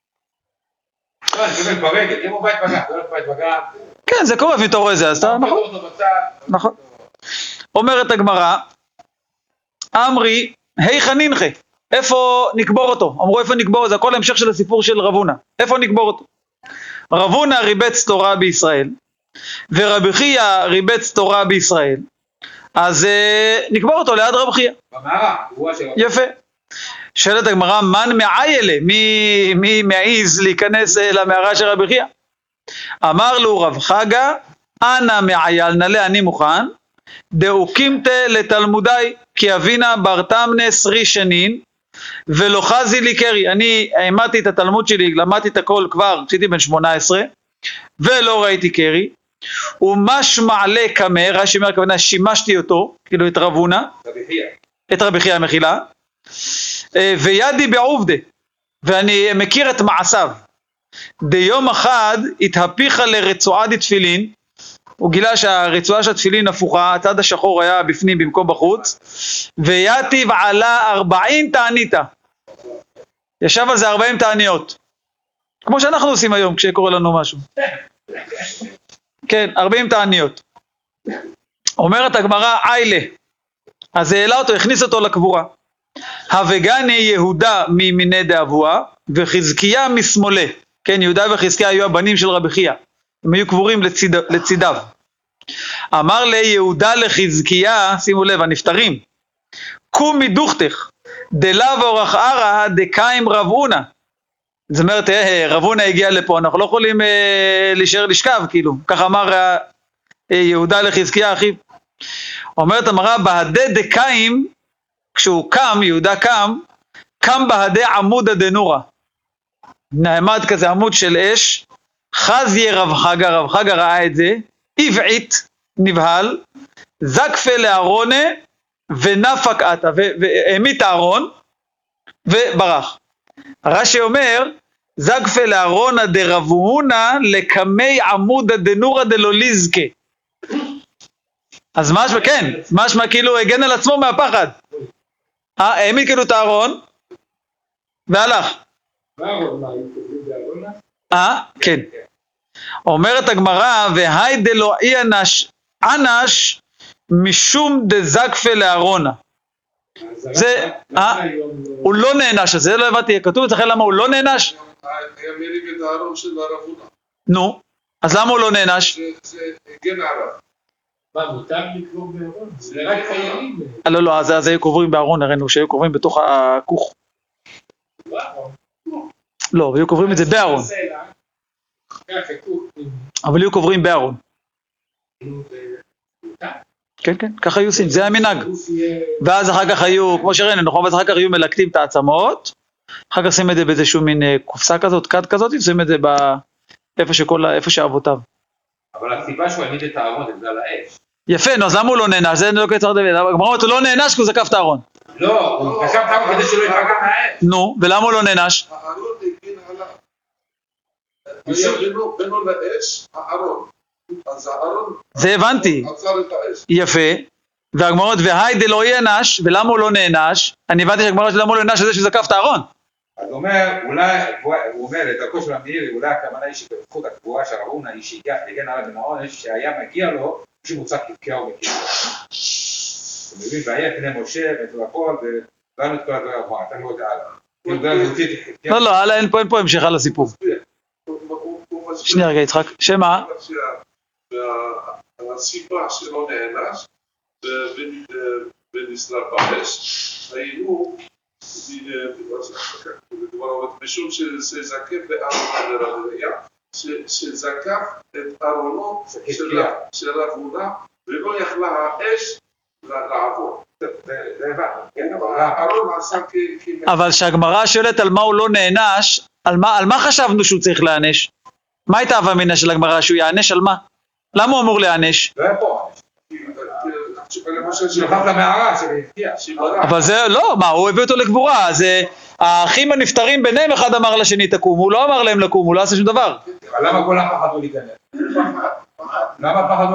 כן, זה קורה, ואתה רואה זה, אז אתה, נכון. נכון. אומרת הגמרא, אמרי, היכא ננחה, איפה נקבור אותו? אמרו איפה נקבור, זה הכל המשך של הסיפור של רב הונא. איפה נקבור אותו? רב הונא ריבץ תורה בישראל, ורבי חייא ריבץ תורה בישראל, אז אה, נקבור אותו ליד רב חייא. במערה. יפה. שואלת הגמרא, מן מעיילה, מי, מי מעיז להיכנס למערה של רבי חייא? אמר לו רב חגא, אנא מעייל נלה, אני מוכן, דאוקימתה לתלמודי, כי אבינה ברתמנה סרי שנין, ולא חזי לי קרי. אני העמדתי את התלמוד שלי, למדתי את הכל כבר, כשהייתי בן שמונה עשרה, ולא ראיתי קרי, ומשמע לקמא, רש"י אומר הכוונה, שימשתי אותו, כאילו את רב הונא, את רבי חייא מחילה, וידי בעובדה, ואני מכיר את מעשיו. דיום אחד התהפיכה לרצועה דתפילין, הוא גילה שהרצועה של התפילין הפוכה, הצד השחור היה בפנים במקום בחוץ, ויתיב עלה ארבעים תעניתה, ישב על זה ארבעים תעניות, כמו שאנחנו עושים היום כשקורה לנו משהו. כן, ארבעים תעניות. אומרת הגמרא, איילה, אז העלה אותו, הכניס אותו לקבורה. הווגני יהודה מימיני דאבוה, וחזקיה משמאלה. כן, יהודה וחזקיה היו הבנים של רבי חייא, הם היו קבורים לציד, לצידיו. אמר ליהודה לחזקיה, שימו לב, הנפטרים, קום מדוכתך, דלאו אורח ערה דקיים רב הונא. זאת אומרת, אה, רב הונא הגיע לפה, אנחנו לא יכולים אה, להישאר לשכב, כאילו, כך אמר אה, יהודה לחזקיה אחיו. אומרת אמרה, בהדה דקיים, כשהוא קם, יהודה קם, קם בהדה עמודה דנורה. נעמד כזה עמוד של אש, חזיה רב חגא, רב חגא ראה את זה, עבעית, נבהל, זקפה לארונה, ונפק עתה, והעמיד הארון, וברח. רש"י אומר, זקפה לארונה דרב הונא, לקמי עמודה דנורה דלא ליזקה. אז משמע, כן, משמע כאילו הגן על עצמו מהפחד. העמיד כאילו את הארון, והלך. אה, כן. אומרת הגמרא, והי דלא אנש, אנש משום דזקפה לארונה. זה, אה, הוא לא נענש, אז זה לא הבאתי, כתוב אצלכם למה הוא לא נענש? היה מרים את הארון של הרב הונא. נו, אז למה הוא לא נענש? זה הגן עליו. מה, מותר לקבור בארון? זה רק חיילים. לא, לא, אז היו קוברים בארון, הראינו שהיו קוברים בתוך הכוך. לא, היו קוברים את זה בארון. אבל היו קוברים בארון. כן, כן, ככה היו עושים, זה המנהג. ואז אחר כך היו, כמו שראינו, נכון, ואז אחר כך היו מלקטים את העצמות, אחר כך שים את זה באיזשהו מין קופסה כזאת, כד כזאת, שים את זה איפה שאבותיו. אבל הסיבה שהוא העמיד את הארון זה בגלל האש. יפה, נו, אז למה הוא לא נענש? זה לא קצר דוד. הגמרא הוא לא נענש כי הוא זקף את הארון. לא, הוא זקף את הארון כדי שלא יפגע מהאש. נו, ולמה הוא לא נענש? הארון הגן עליו. משהו בינו לאש, הארון. אז הארון... זה הבנתי. עצר את האש. יפה. והגמרות, והי דלא ינש, ולמה הוא לא נענש? אני הבנתי שהגמרות למה הוא לא נענש על זה שהוא זקף את הארון. אז הוא אומר, אולי, הוא אומר, לדרכו של המאיר, אולי הכוונה היא שבזכות הקבועה של הרב הונא, היא שהגן עליו מן העונש, שהיה מגיע לו, שמוצא כבקיעה ומקיעה. הוא מבין, והיה פני משה, ואת הכל, ובאנו את כל הדבר הבא, אתה לא יודע הלאה. לא, לא, הלאה, אין פה, אין פה המשך על הסיפור. שנייה רגע, יצחק, שמה? הסיבה שלא נענש, ונשרף באש, היינו, משום שזקף בארון לרביה, שזקף את ארונו של רב הונא, ולא יכלה האש לעבור. הארון עשה כ... אבל שהגמרא שואלת על מה הוא לא נענש, על מה חשבנו שהוא צריך להענש? מה הייתה הווה של הגמרא שהוא יענש על מה? למה הוא אמור להענש? לא היה פה שכח למערה שבהפתיע. אבל זה לא, מה, הוא הביא אותו לקבורה, אז האחים הנפטרים ביניהם אחד אמר לשני תקום, הוא לא אמר להם לקום, הוא לא עשה שום דבר. אבל למה כל הפחדו להיכנס? למה פחדו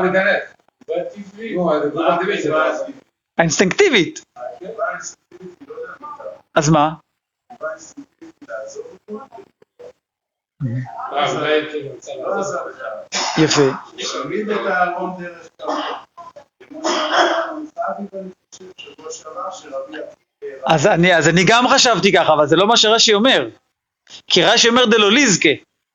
להיכנס? האינסטינקטיבית. אז מה? יפה. שמים את הארון דרך כמה. אז אני, אז אני גם חשבתי ככה, אבל זה לא מה שרש"י אומר. כי רש"י אומר דלא ליזקה.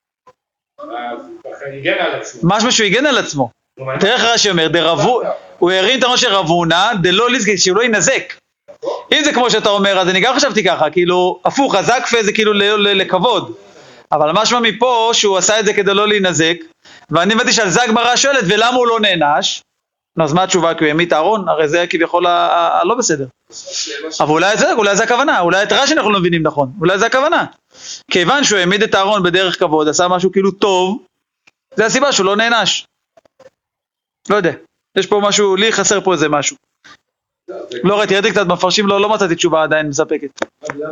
משהו שהוא יגן על עצמו. תראה איך רש"י אומר, הוא הרים את הראש של רב הונא, דלא ליזקה, שהוא לא ינזק. אם זה כמו שאתה אומר, אז אני גם חשבתי ככה, כאילו, הפוך, הזקפה זה כאילו לכבוד. אבל משמע מפה שהוא עשה את זה כדי לא להינזק, ואני הבנתי שעל זה הגמרא שואלת, ולמה הוא לא נענש? אז מה התשובה? כי הוא העמיד את הארון? הרי זה כביכול הלא בסדר. אבל אולי זה, אולי זה הכוונה, אולי את רש"י אנחנו לא מבינים נכון, אולי זה הכוונה. כיוון שהוא העמיד את הארון בדרך כבוד, עשה משהו כאילו טוב, זה הסיבה שהוא לא נענש. לא יודע, יש פה משהו, לי חסר פה איזה משהו. לא ראיתי, ראיתי קצת מפרשים, לא, לא מצאתי תשובה עדיין מספקת.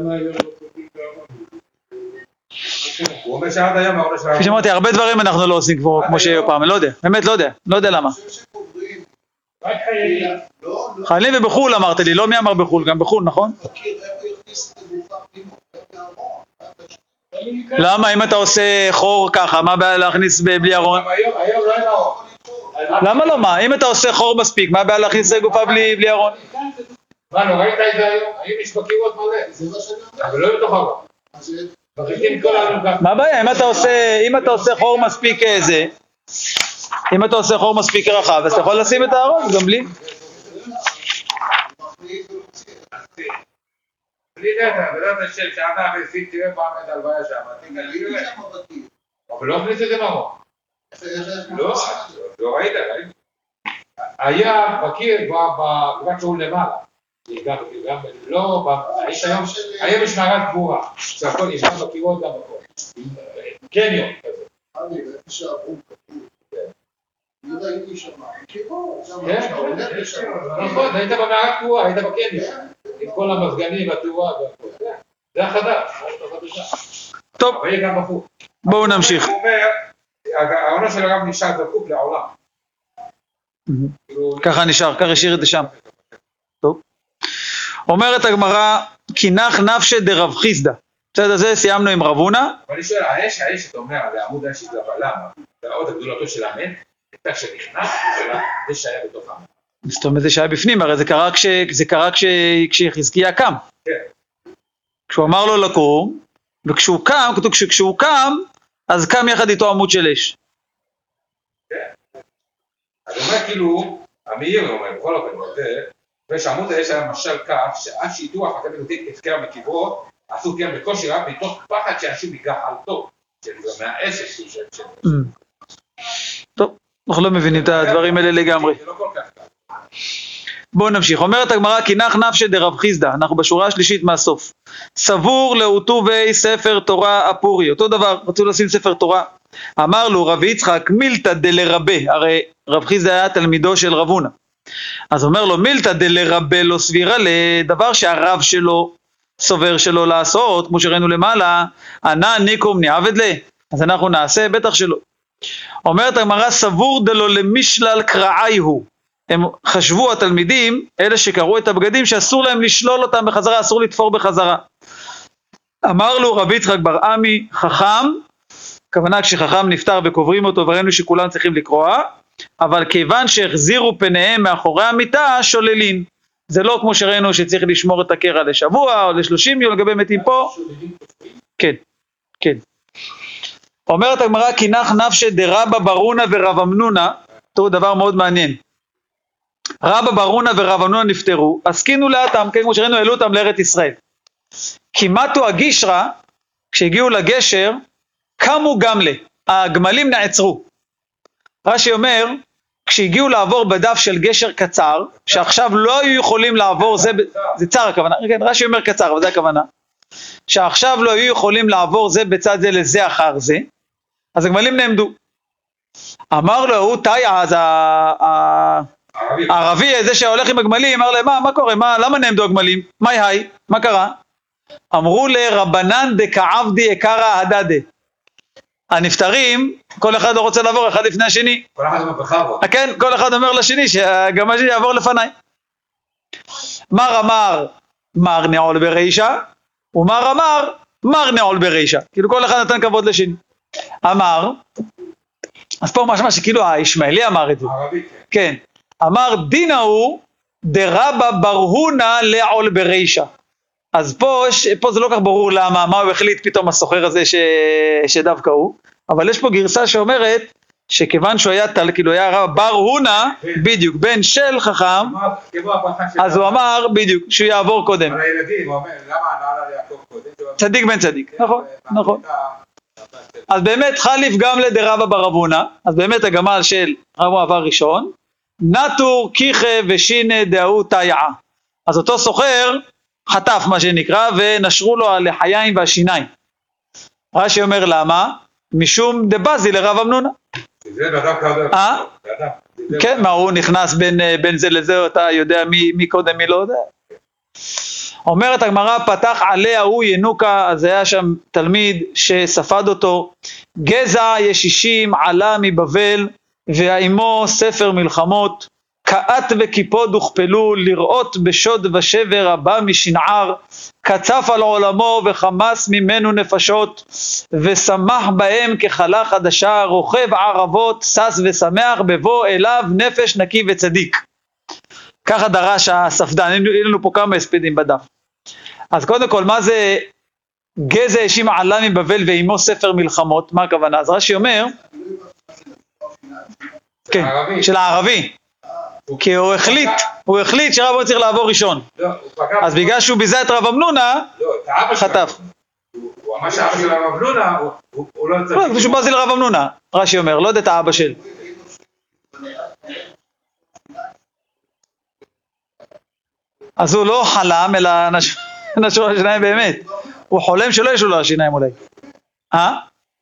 כפי שאמרתי, הרבה דברים אנחנו לא עושים כמו שהיו פעם, לא יודע, באמת לא יודע, לא יודע למה. חיילים ובחול אמרת לי, לא מי אמר בחול, גם בחול, נכון? למה אם אתה עושה חור ככה, מה הבעיה להכניס בלי ארון? למה לא, מה? אם אתה עושה חור מספיק, מה הבעיה להכניס גופה בלי ארון? מה, לא ראית את זה היום? היום יש בקירות מלא, אבל לא בתוך ארון. מה הבעיה? אם אתה עושה חור מספיק איזה, אם אתה עושה חור מספיק רחב, אז אתה יכול לשים את הארון, גם בלי. בלי דעת, בדעת השם, שענה ועשית, תראה פעם את הלוויה שם. אבל לא הכניס את זה מרון. לא, לא ראית, ראית. היה בקיר בגבעת שאול למעלה. גם לא, היה משמרת גבורה. זה הכל נשמע בקירות גם בכל. קניון כזה. אני ראיתי שעברו כתוב. אני ראיתי שם. כן, נכון, היית במערת גבורה, היית בקניון. עם כל המזגנים, התאורה והכל. זה החדש. טוב, בואו נמשיך. הוא אומר, העונה של הרב נשאר זקוף לעולם. ככה נשאר, ככה השאיר את זה שם. טוב. אומרת הגמרא, כי נח נפשי דרב חיסדא. בסדר, זה סיימנו עם רב הונא. אבל אני שואל, האש, האש, אתה אומר, על העמוד האש זה אבל למה? והעוד הגדולתו של האמן, הייתה כשנכנס, זה שהיה בתוך האמן. זאת אומרת, זה שהיה בפנים, הרי זה קרה, כש, זה קרה כש, כשחזקיה קם. כן. כשהוא אמר לו לקום, וכשהוא קם, כתוב כשהוא קם, אז קם יחד איתו עמוד של אש. כן. אז הוא אומר כאילו, המאיר אומר, בכל אופן, ושעמוד יש היה משל כך, שעד שידעו החכמים יודעים את קרע מקברו, עשו כן בקושי רב מתוך פחד שאנשים מגחלתו, מהאש של... טוב, אנחנו לא מבינים את הדברים האלה לגמרי. זה לא כל כך קל. בואו נמשיך. אומרת הגמרא, כי נח נפשי דרב חיסדא, אנחנו בשורה השלישית מהסוף. סבור לאוטובי ספר תורה אפורי, אותו דבר, רצו לשים ספר תורה. אמר לו רב יצחק מילתא דלרבה, הרי רב חיסדא היה תלמידו של רב הונא. אז אומר לו מילתא דלרבה לא סבירה לדבר שהרב שלו סובר שלו לעשות, כמו שראינו למעלה, ענה ניקום ניעבד לה, אז אנחנו נעשה, בטח שלא. אומרת הגמרא, סבור דלו למשלל קרעי הוא. הם חשבו התלמידים, אלה שקראו את הבגדים, שאסור להם לשלול אותם בחזרה, אסור לתפור בחזרה. אמר לו רבי יצחק בר עמי, חכם, כוונה כשחכם נפטר וקוברים אותו, וראינו שכולם צריכים לקרוע, אבל כיוון שהחזירו פניהם מאחורי המיטה, שוללים. זה לא כמו שראינו שצריך לשמור את הקרע לשבוע או לשלושים יום לגבי מתים פה. כן, כן. אומרת הגמרא, כי נח נפשי דרבא בר הונא ורב אמנונה, תראו דבר מאוד מעניין. רבא בר הונא ורב אמנונה נפטרו, עסקינו לאטם, כן, כמו שראינו, העלו אותם לארץ ישראל. כמעטו הגישרה, כשהגיעו לגשר, קמו גמלה, הגמלים נעצרו. רש"י אומר, כשהגיעו לעבור בדף של גשר קצר, שעכשיו לא היו יכולים לעבור, זה, זה צר הכוונה, כן, רש"י אומר קצר, אבל זה הכוונה, שעכשיו לא היו יכולים לעבור זה בצד זה לזה אחר זה, אז הגמלים נעמדו. אמר לו, הוא תאיה, אז הערבי, זה שהולך עם הגמלים, אמר להם, מה, מה קורה, מה, למה נעמדו הגמלים? מה היי, מה קרה? אמרו לרבנן דקעבדי יקרא הדדה. הנפטרים, כל אחד לא רוצה לעבור אחד לפני השני. כל אחד אומר בכבוד. כן, כל אחד אומר לשני שגם השני יעבור לפניי. מר אמר מר נעול ברישה, ומר אמר מר נעול ברישה. כאילו כל אחד נתן כבוד לשני. אמר, אז פה משמע שכאילו הישמעאלי אמר את זה. הערבי, כן. אמר דינה הוא דרבא בר הונא לעול ברישה. אז פה, פה זה לא כך ברור למה, מה הוא החליט פתאום הסוחר הזה ש, שדווקא הוא, אבל יש פה גרסה שאומרת שכיוון שהוא היה תל, כאילו היה רב בר הונא, בדיוק, בן של חכם, אז הוא אמר בדיוק שהוא יעבור קודם. על הילדים, הוא אומר, למה נעלה ליעקב קודם? צדיק בן צדיק, נכון, נכון. אז באמת חליף גם לדרבא בר הונא, אז באמת הגמל של רב עבר ראשון, נטור קיחה ושינה דאו תאיה. אז אותו סוחר חטף מה שנקרא, ונשרו לו הלחיים והשיניים. רש"י אומר למה? משום דבזי לרב אמנונה. זה בדם כזה. אה? כן, מה הוא נכנס בין, בין זה לזה, אתה יודע מי, מי קודם מי לא יודע. אומרת הגמרא, פתח עליה הוא ינוקה, אז היה שם תלמיד שספד אותו, גזע ישישים עלה מבבל, והאימו ספר מלחמות, קעת וקיפוד הוכפלו, לראות בשוד ושבר הבא משנער, קצף על עולמו וחמס ממנו נפשות, ושמח בהם כחלה חדשה, רוכב ערבות, סס ושמח, בבוא אליו נפש נקי וצדיק. ככה דרש הספדן, אין לנו פה כמה הספדים בדף. אז קודם כל, מה זה גזע ישים עלה מבבל ואימו ספר מלחמות? מה הכוונה? אז רש"י אומר, כן, של הערבי. כי הוא החליט, הוא החליט שרב אמנונה צריך לעבור ראשון. אז בגלל שהוא ביזה את רב אמנונה, חטף. הוא אמר שהאבא של רב אמנונה, הוא לא צריך... לא, זה שהוא בזיל רב אמנונה, רש"י אומר, לא יודע את האבא של. אז הוא לא חלם, אלא נשרו השיניים באמת. הוא חולם שלא יש לו השיניים אולי. אה?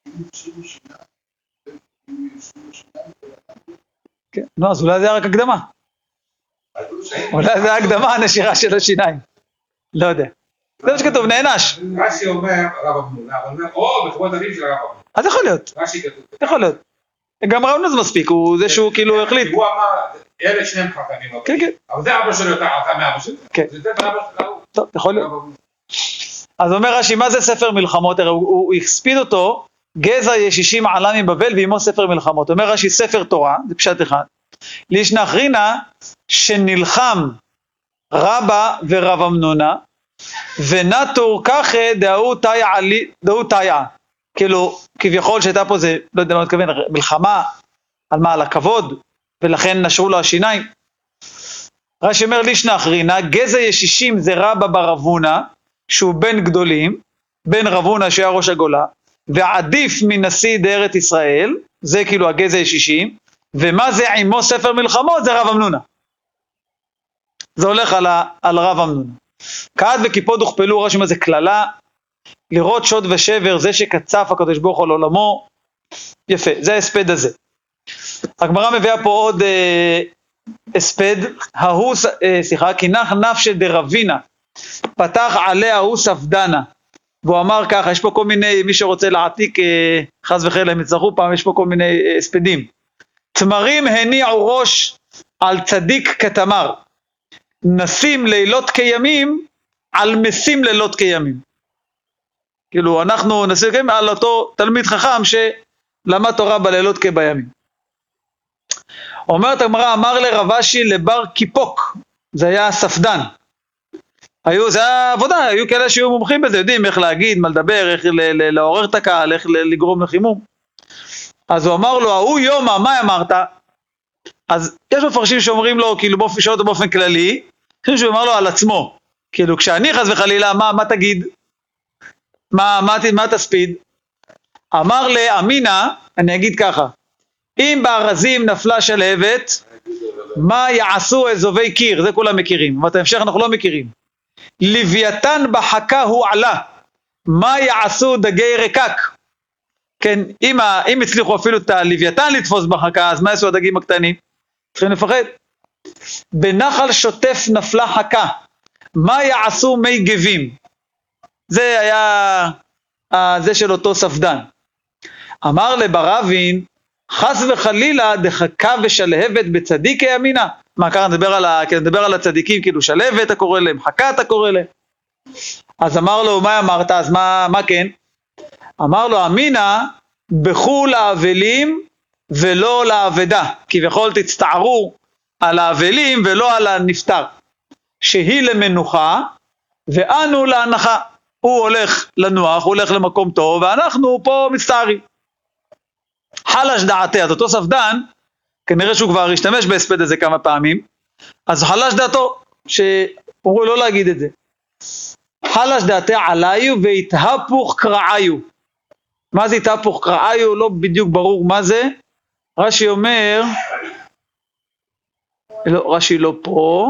כן, לא, אז אולי זה רק הקדמה. אולי זה הקדמה, הנשירה של השיניים. לא יודע. זה מה שכתוב, נענש. רש"י אומר רב אמנונה, אבל אומר, או בחובות הדין של רב אמנונה. אז יכול להיות. רש"י כתוב. יכול להיות. גם רב אמנונה זה מספיק, הוא זה שהוא כאילו החליט. הוא אמר, אלה שניהם חכמים. כן, כן. אבל זה אבא שלו יותר חכם מאבא שלו. כן. זה אבא שלו. טוב, יכול להיות. אז אומר רש"י, מה זה ספר מלחמות? הוא הכספיד אותו, גזע ישישים עלה מבבל ואימו ספר מלחמות. אומר רש"י, ספר תורה, זה פשט אחד. לישנא אחרינא שנלחם רבא ורב אמנונה, ונטור ככה דאו תאיה עלי, דאו תאיה. כאילו, כביכול שהייתה פה זה, לא יודע מה מתכוון, מלחמה, על מה, על הכבוד, ולכן נשרו לו השיניים. רש"י אומר לישנא אחרינא, גזע ישישים זה רבא בר אבונה, שהוא בן גדולים, בן רב הונא שהיה ראש הגולה, ועדיף מנשיא דארץ ישראל, זה כאילו הגזע ישישים, ומה זה עמו ספר מלחמות? זה רב אמנונה. זה הולך על, ה, על רב אמנונה. כעד וכיפות הוכפלו, רש"י אומר זה כללה, לראות שוד ושבר, זה שקצף הקדוש ברוך הוא על עולמו, יפה, זה ההספד הזה. הגמרא מביאה פה עוד אה, הספד, ההוא, אה, סליחה, כינח נפשי דרבינה, פתח עליה ההוא ספדנה, והוא אמר ככה, יש פה כל מיני, מי שרוצה להעתיק, אה, חס וחלילה, הם יצטרכו פעם, יש פה כל מיני אה, הספדים. תמרים הניעו ראש על צדיק כתמר, נשים לילות כימים על משים לילות כימים. כאילו אנחנו נשים על אותו תלמיד חכם שלמד תורה בלילות כבימים. אומרת הגמרא, אמר לרב אשי לבר קיפוק, זה היה ספדן. היו, זה היה עבודה, היו כאלה שהיו מומחים בזה, יודעים איך להגיד, מה לדבר, איך לעורר את הקהל, איך לגרום לחימום. אז הוא אמר לו, ההוא יומא, מה אמרת? אז יש מפרשים שאומרים לו, כאילו באופן שואל אותו באופן כללי, יש שהוא אמר לו על עצמו, כאילו כשאני חס וחלילה, מה, מה תגיד? מה, מה, מה תספיד? אמר לאמינה, אני אגיד ככה, אם בארזים נפלה שלהבת, מה יעשו אזובי קיר? זה כולם מכירים, אבל את ההמשך אנחנו לא מכירים. לוויתן בחכה הוא עלה, מה יעשו דגי רקק? כן, אם, אם הצליחו אפילו את הלוויתן לתפוס בחכה, אז מה יעשו הדגים הקטנים? צריכים לפחד. בנחל שוטף נפלה חכה, מה יעשו מי גבים? זה היה uh, זה של אותו ספדן. אמר לבר אבין, חס וחלילה דחכה ושלהבת בצדיק הימינה. מה ככה נדבר על, ה, נדבר על הצדיקים, כאילו שלהבת אתה קורא להם, חכה אתה קורא להם. אז אמר לו, מה אמרת? אז מה, מה כן? אמר לו, אמינה, בכו לאבלים ולא לאבדה, כביכול תצטערו על האבלים ולא על הנפטר, שהיא למנוחה ואנו להנחה. הוא הולך לנוח, הוא הולך למקום טוב, ואנחנו פה מצטערים. חלש דעתי, אז אותו ספדן, כנראה שהוא כבר השתמש בהספד הזה כמה פעמים, אז חלש דעתו, שאומרו לא להגיד את זה. חלש דעתי עליו והתהפוך קרעיו. מה זה התהפוך קרעיו? לא בדיוק ברור מה זה. רש"י אומר, לא, רש"י לא פה,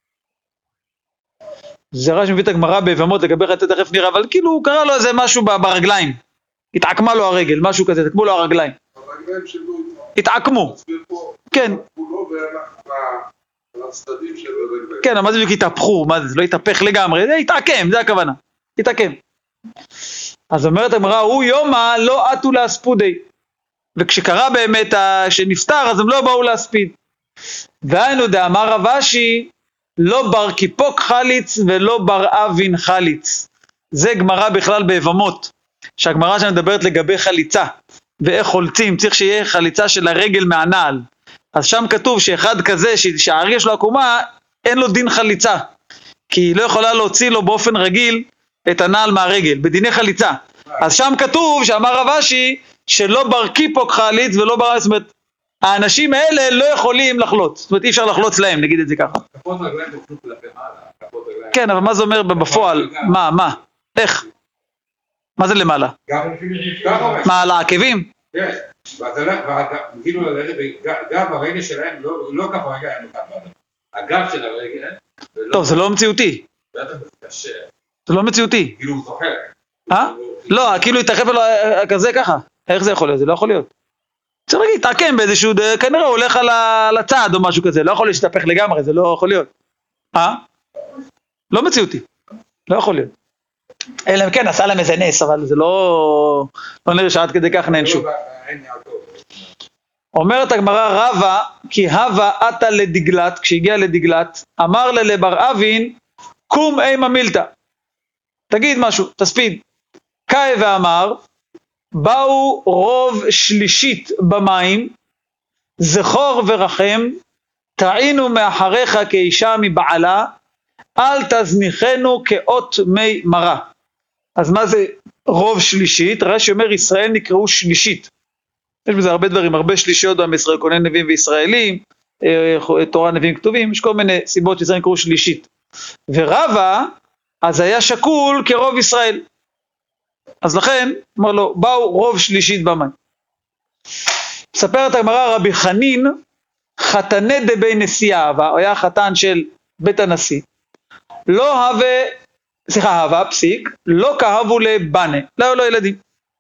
זה רש"י מביא את הגמרא ביבמות לגבי חטא תכף נראה, אבל כאילו הוא קרא לו איזה משהו ברגליים, התעקמה לו הרגל, משהו כזה, תקמו לו הרגליים. הרגליים שלו התעקמו. כן. הוא לא והלך לצדדים של הרגליים. כן, מה זה בדיוק התהפכו, מה זה, זה לא התהפך לגמרי, זה התעקם, זה הכוונה, התעקם. אז אומרת הגמרא, הוא יומא לא עטו להספודי, וכשקרה באמת שנפטר, אז הם לא באו להספיד. והיינו דאמר רב אשי, לא בר קיפוק חליץ ולא בר אבין חליץ. זה גמרא בכלל ביבמות, שהגמרא שם מדברת לגבי חליצה, ואיך חולצים, צריך שיהיה חליצה של הרגל מהנעל. אז שם כתוב שאחד כזה, שהרגל שלו עקומה, אין לו דין חליצה, כי היא לא יכולה להוציא לו באופן רגיל את הנעל מהרגל, בדיני חליצה. אז שם כתוב, שאמר רב אשי, שלא בר קיפוק חליץ ולא בר... זאת אומרת, האנשים האלה לא יכולים לחלוץ, זאת אומרת אי אפשר לחלוץ להם, נגיד את זה ככה. כפות רגליים תוכלו כלפי מעלה, כפות רגליים. כן, אבל מה זה אומר בפועל? מה, מה? איך? מה זה למעלה? מה, על העקבים? כן, וכאילו גם הרגל שלהם לא כף הרגל, הגב של הרגל. טוב, זה לא מציאותי. זה לא מציאותי. כאילו הוא זוכר. אה? לא, כאילו התרחב לו כזה ככה. איך זה יכול להיות? זה לא יכול להיות. צריך להגיד, תעקם באיזשהו, כנראה הוא הולך על הצד או משהו כזה, לא יכול להשתפך לגמרי, זה לא יכול להיות. אה? לא מציאותי, לא יכול להיות. אלא כן, עשה להם איזה נס, אבל זה לא, לא נראה שעד כדי כך נענשו. אומרת הגמרא רבה, כי הווה עתה לדגלת, כשהגיע לדגלת, אמר לה לבר אבין, קום אימה מילתא. תגיד משהו, תספיד. קאי ואמר, באו רוב שלישית במים, זכור ורחם, תעינו מאחריך כאישה מבעלה, אל תזניחנו כאות מי מרה. אז מה זה רוב שלישית? רש"י אומר ישראל נקראו שלישית. יש בזה הרבה דברים, הרבה שלישיות בעם ישראל, כולל נביאים וישראלים, תורה נביאים כתובים, יש כל מיני סיבות שזה נקראו שלישית. ורבא, אז היה שקול כרוב ישראל. אז לכן, אמר לו, באו רוב שלישית במים. מספרת הגמרא, רבי חנין, חתני דבי נשיאה, הוא היה חתן של בית הנשיא. לא הווה, סליחה, הווה, פסיק, לא כאבו לבנה, לא היו לו ילדים.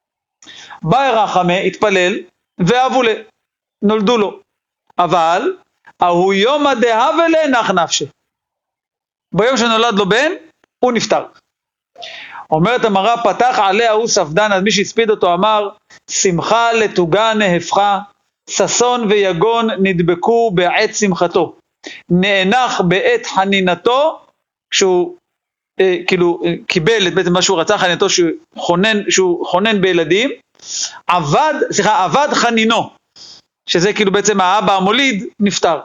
בא רחמה, התפלל, ואהבו לה, נולדו לו. אבל, ההוא יומא דהווה לנח נפשי. ביום שנולד לו בן, הוא נפטר. אומרת המראה, פתח עליה הוא ספדן, אז מי שהספיד אותו אמר, שמחה לתוגה נהפכה, ששון ויגון נדבקו בעת שמחתו. נאנח בעת חנינתו, כשהוא אה, כאילו אה, קיבל את בעצם מה שהוא רצה, חנינתו שהוא חונן, שהוא חונן בילדים, עבד, סליחה, עבד חנינו, שזה כאילו בעצם האבא המוליד, נפטר.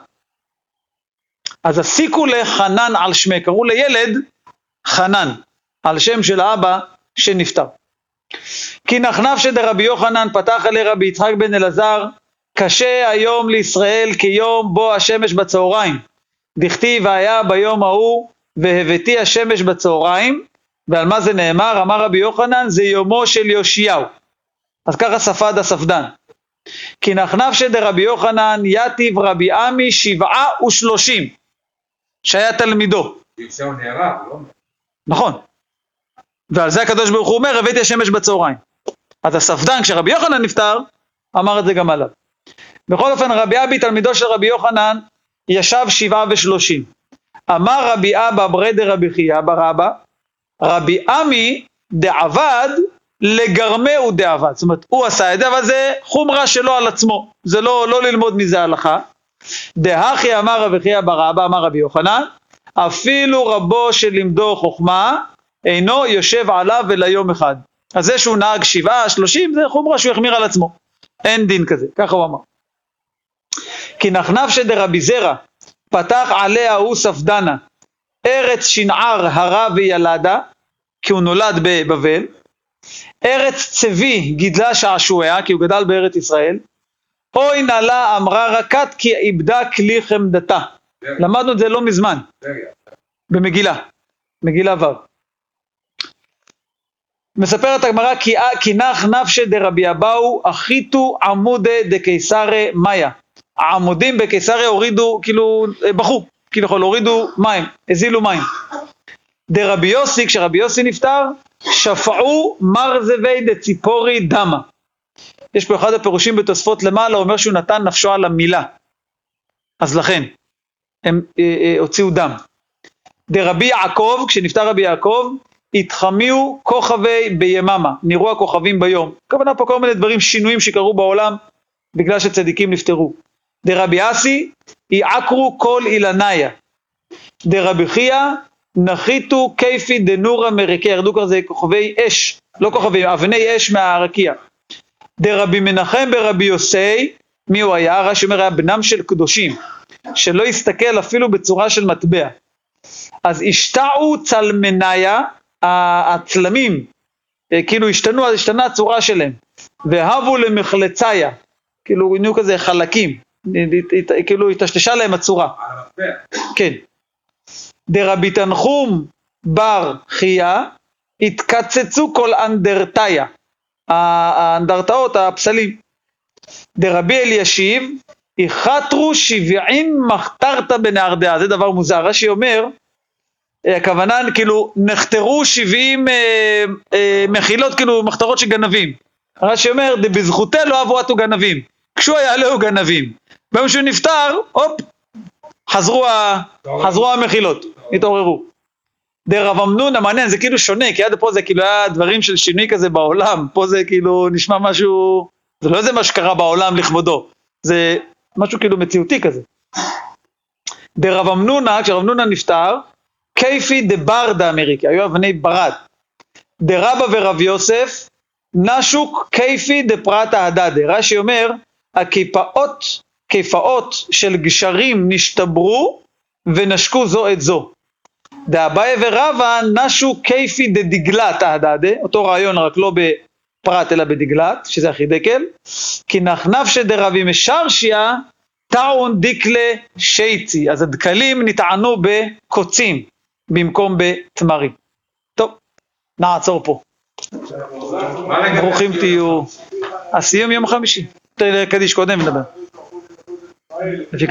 אז הסיקו לחנן על שמי, קראו לילד חנן, על שם של האבא שנפטר. כי נחנף שדרבי יוחנן פתח עלי רבי יצחק בן אלעזר, קשה היום לישראל כיום בו השמש בצהריים. דכתיב והיה ביום ההוא והבאתי השמש בצהריים, ועל מה זה נאמר? אמר רבי יוחנן, זה יומו של יאשיהו. אז ככה ספד הספדן. כי נחנף שדרבי יוחנן יתיב רבי עמי שבעה ושלושים, שהיה תלמידו. יאשיהו נהרג, לא? נכון. ועל זה הקדוש ברוך הוא אומר, הבאתי השמש בצהריים. אז הספדן, כשרבי יוחנן נפטר, אמר את זה גם עליו. בכל אופן, רבי אבי, תלמידו של רבי יוחנן, ישב שבעה ושלושים. אמר רבי אבא ברד רבי חייא ברבא, רבי עמי דעבד לגרמהו דעבד. זאת אומרת, הוא עשה את זה, אבל זה חומרה שלו על עצמו. זה לא, לא ללמוד מזה הלכה. דהכי אמר רבי חייא ברבא, אמר רבי יוחנן, אפילו רבו שלימדו חוכמה, אינו יושב עליו אלא יום אחד. אז זה שהוא נהג שבעה, שלושים, זה חומרה שהוא יחמיר על עצמו. אין דין כזה, ככה הוא אמר. כי נחנף שדרבי זרע, פתח עליה הוא ספדנה, ארץ שנער הרה וילדה, כי הוא נולד בבבל, ארץ צבי גידלה שעשועיה, כי הוא גדל בארץ ישראל, אוי נעלה אמרה רקת כי איבדה כלי חמדתה. למדנו את זה לא מזמן, במגילה, מגילה ו'. מספרת הגמרא, כי, כי נח נפשי דרבי אבאו, אחיתו עמודי דקיסרי מאיה. העמודים בקיסריה הורידו, כאילו, בחו, כאילו, הורידו מים, הזילו מים. דרבי יוסי, כשרבי יוסי נפטר, שפעו מרזבי דציפורי דמה. יש פה אחד הפירושים בתוספות למעלה, אומר שהוא נתן נפשו על המילה. אז לכן, הם אה, אה, הוציאו דם. דרבי יעקב, כשנפטר רבי יעקב, התחמיו כוכבי ביממה, נראו הכוכבים ביום. הכוונה פה כל מיני דברים, שינויים שקרו בעולם, בגלל שצדיקים נפטרו. דרבי אסי, יעקרו כל אילניה. דרבי חייא, נחיתו כיפי דנורה מרקיע, ירדו כזה כוכבי אש, לא כוכבים, אבני אש מהרקיע. דרבי מנחם ברבי יוסי, מי הוא היה? רש"י אומר, היה בנם של קדושים, שלא הסתכל אפילו בצורה של מטבע. אז השתעו צלמניה, הצלמים, כאילו השתנו, אז השתנה הצורה שלהם, והבו למחלציה, כאילו נהיו כזה חלקים, כאילו התשתשה להם הצורה. כן. דרבי תנחום בר חייא, התקצצו כל אנדרטיה, האנדרטאות, הפסלים. דרבי אלישיב, יחתרו שבעין מחתרת בנהרדעה, זה דבר מוזר. רש"י אומר, הכוונה כאילו נחתרו שבעים אה, אה, מחילות, כאילו מחתרות של גנבים. רש"י אומר, בזכותי לא אבו עטו גנבים, כשהוא היה לו גנבים. ביום שהוא נפטר, הופ, חזרו, ה, חזרו המחילות, התעוררו. דרב אמנון, המעניין, זה כאילו שונה, כי עד פה זה כאילו היה דברים של שינוי כזה בעולם, פה זה כאילו נשמע משהו, זה לא איזה מה שקרה בעולם לכבודו, זה משהו כאילו מציאותי כזה. דרב אמנונה, כשרב אמנונה נפטר, כיפי דברדה אמריקה, היו אבני ברד. דרבא ורב יוסף, נשוק כיפי דפרטה הדדה. רש"י אומר, הכיפאות, כיפאות של גשרים נשתברו ונשקו זו את זו. דאביי ורבא נשו כיפי דדגלת הדדה, אותו רעיון רק לא בפרט אלא בדגלת, שזה החידקל. כי נחנף שדרבי משרשיה, טעון דיקלה שייצי, אז הדקלים נטענו בקוצים, במקום בתמרים. טוב, נעצור פה. ברוכים תהיו. הסיום יום חמישי. קדיש קודם נדבר.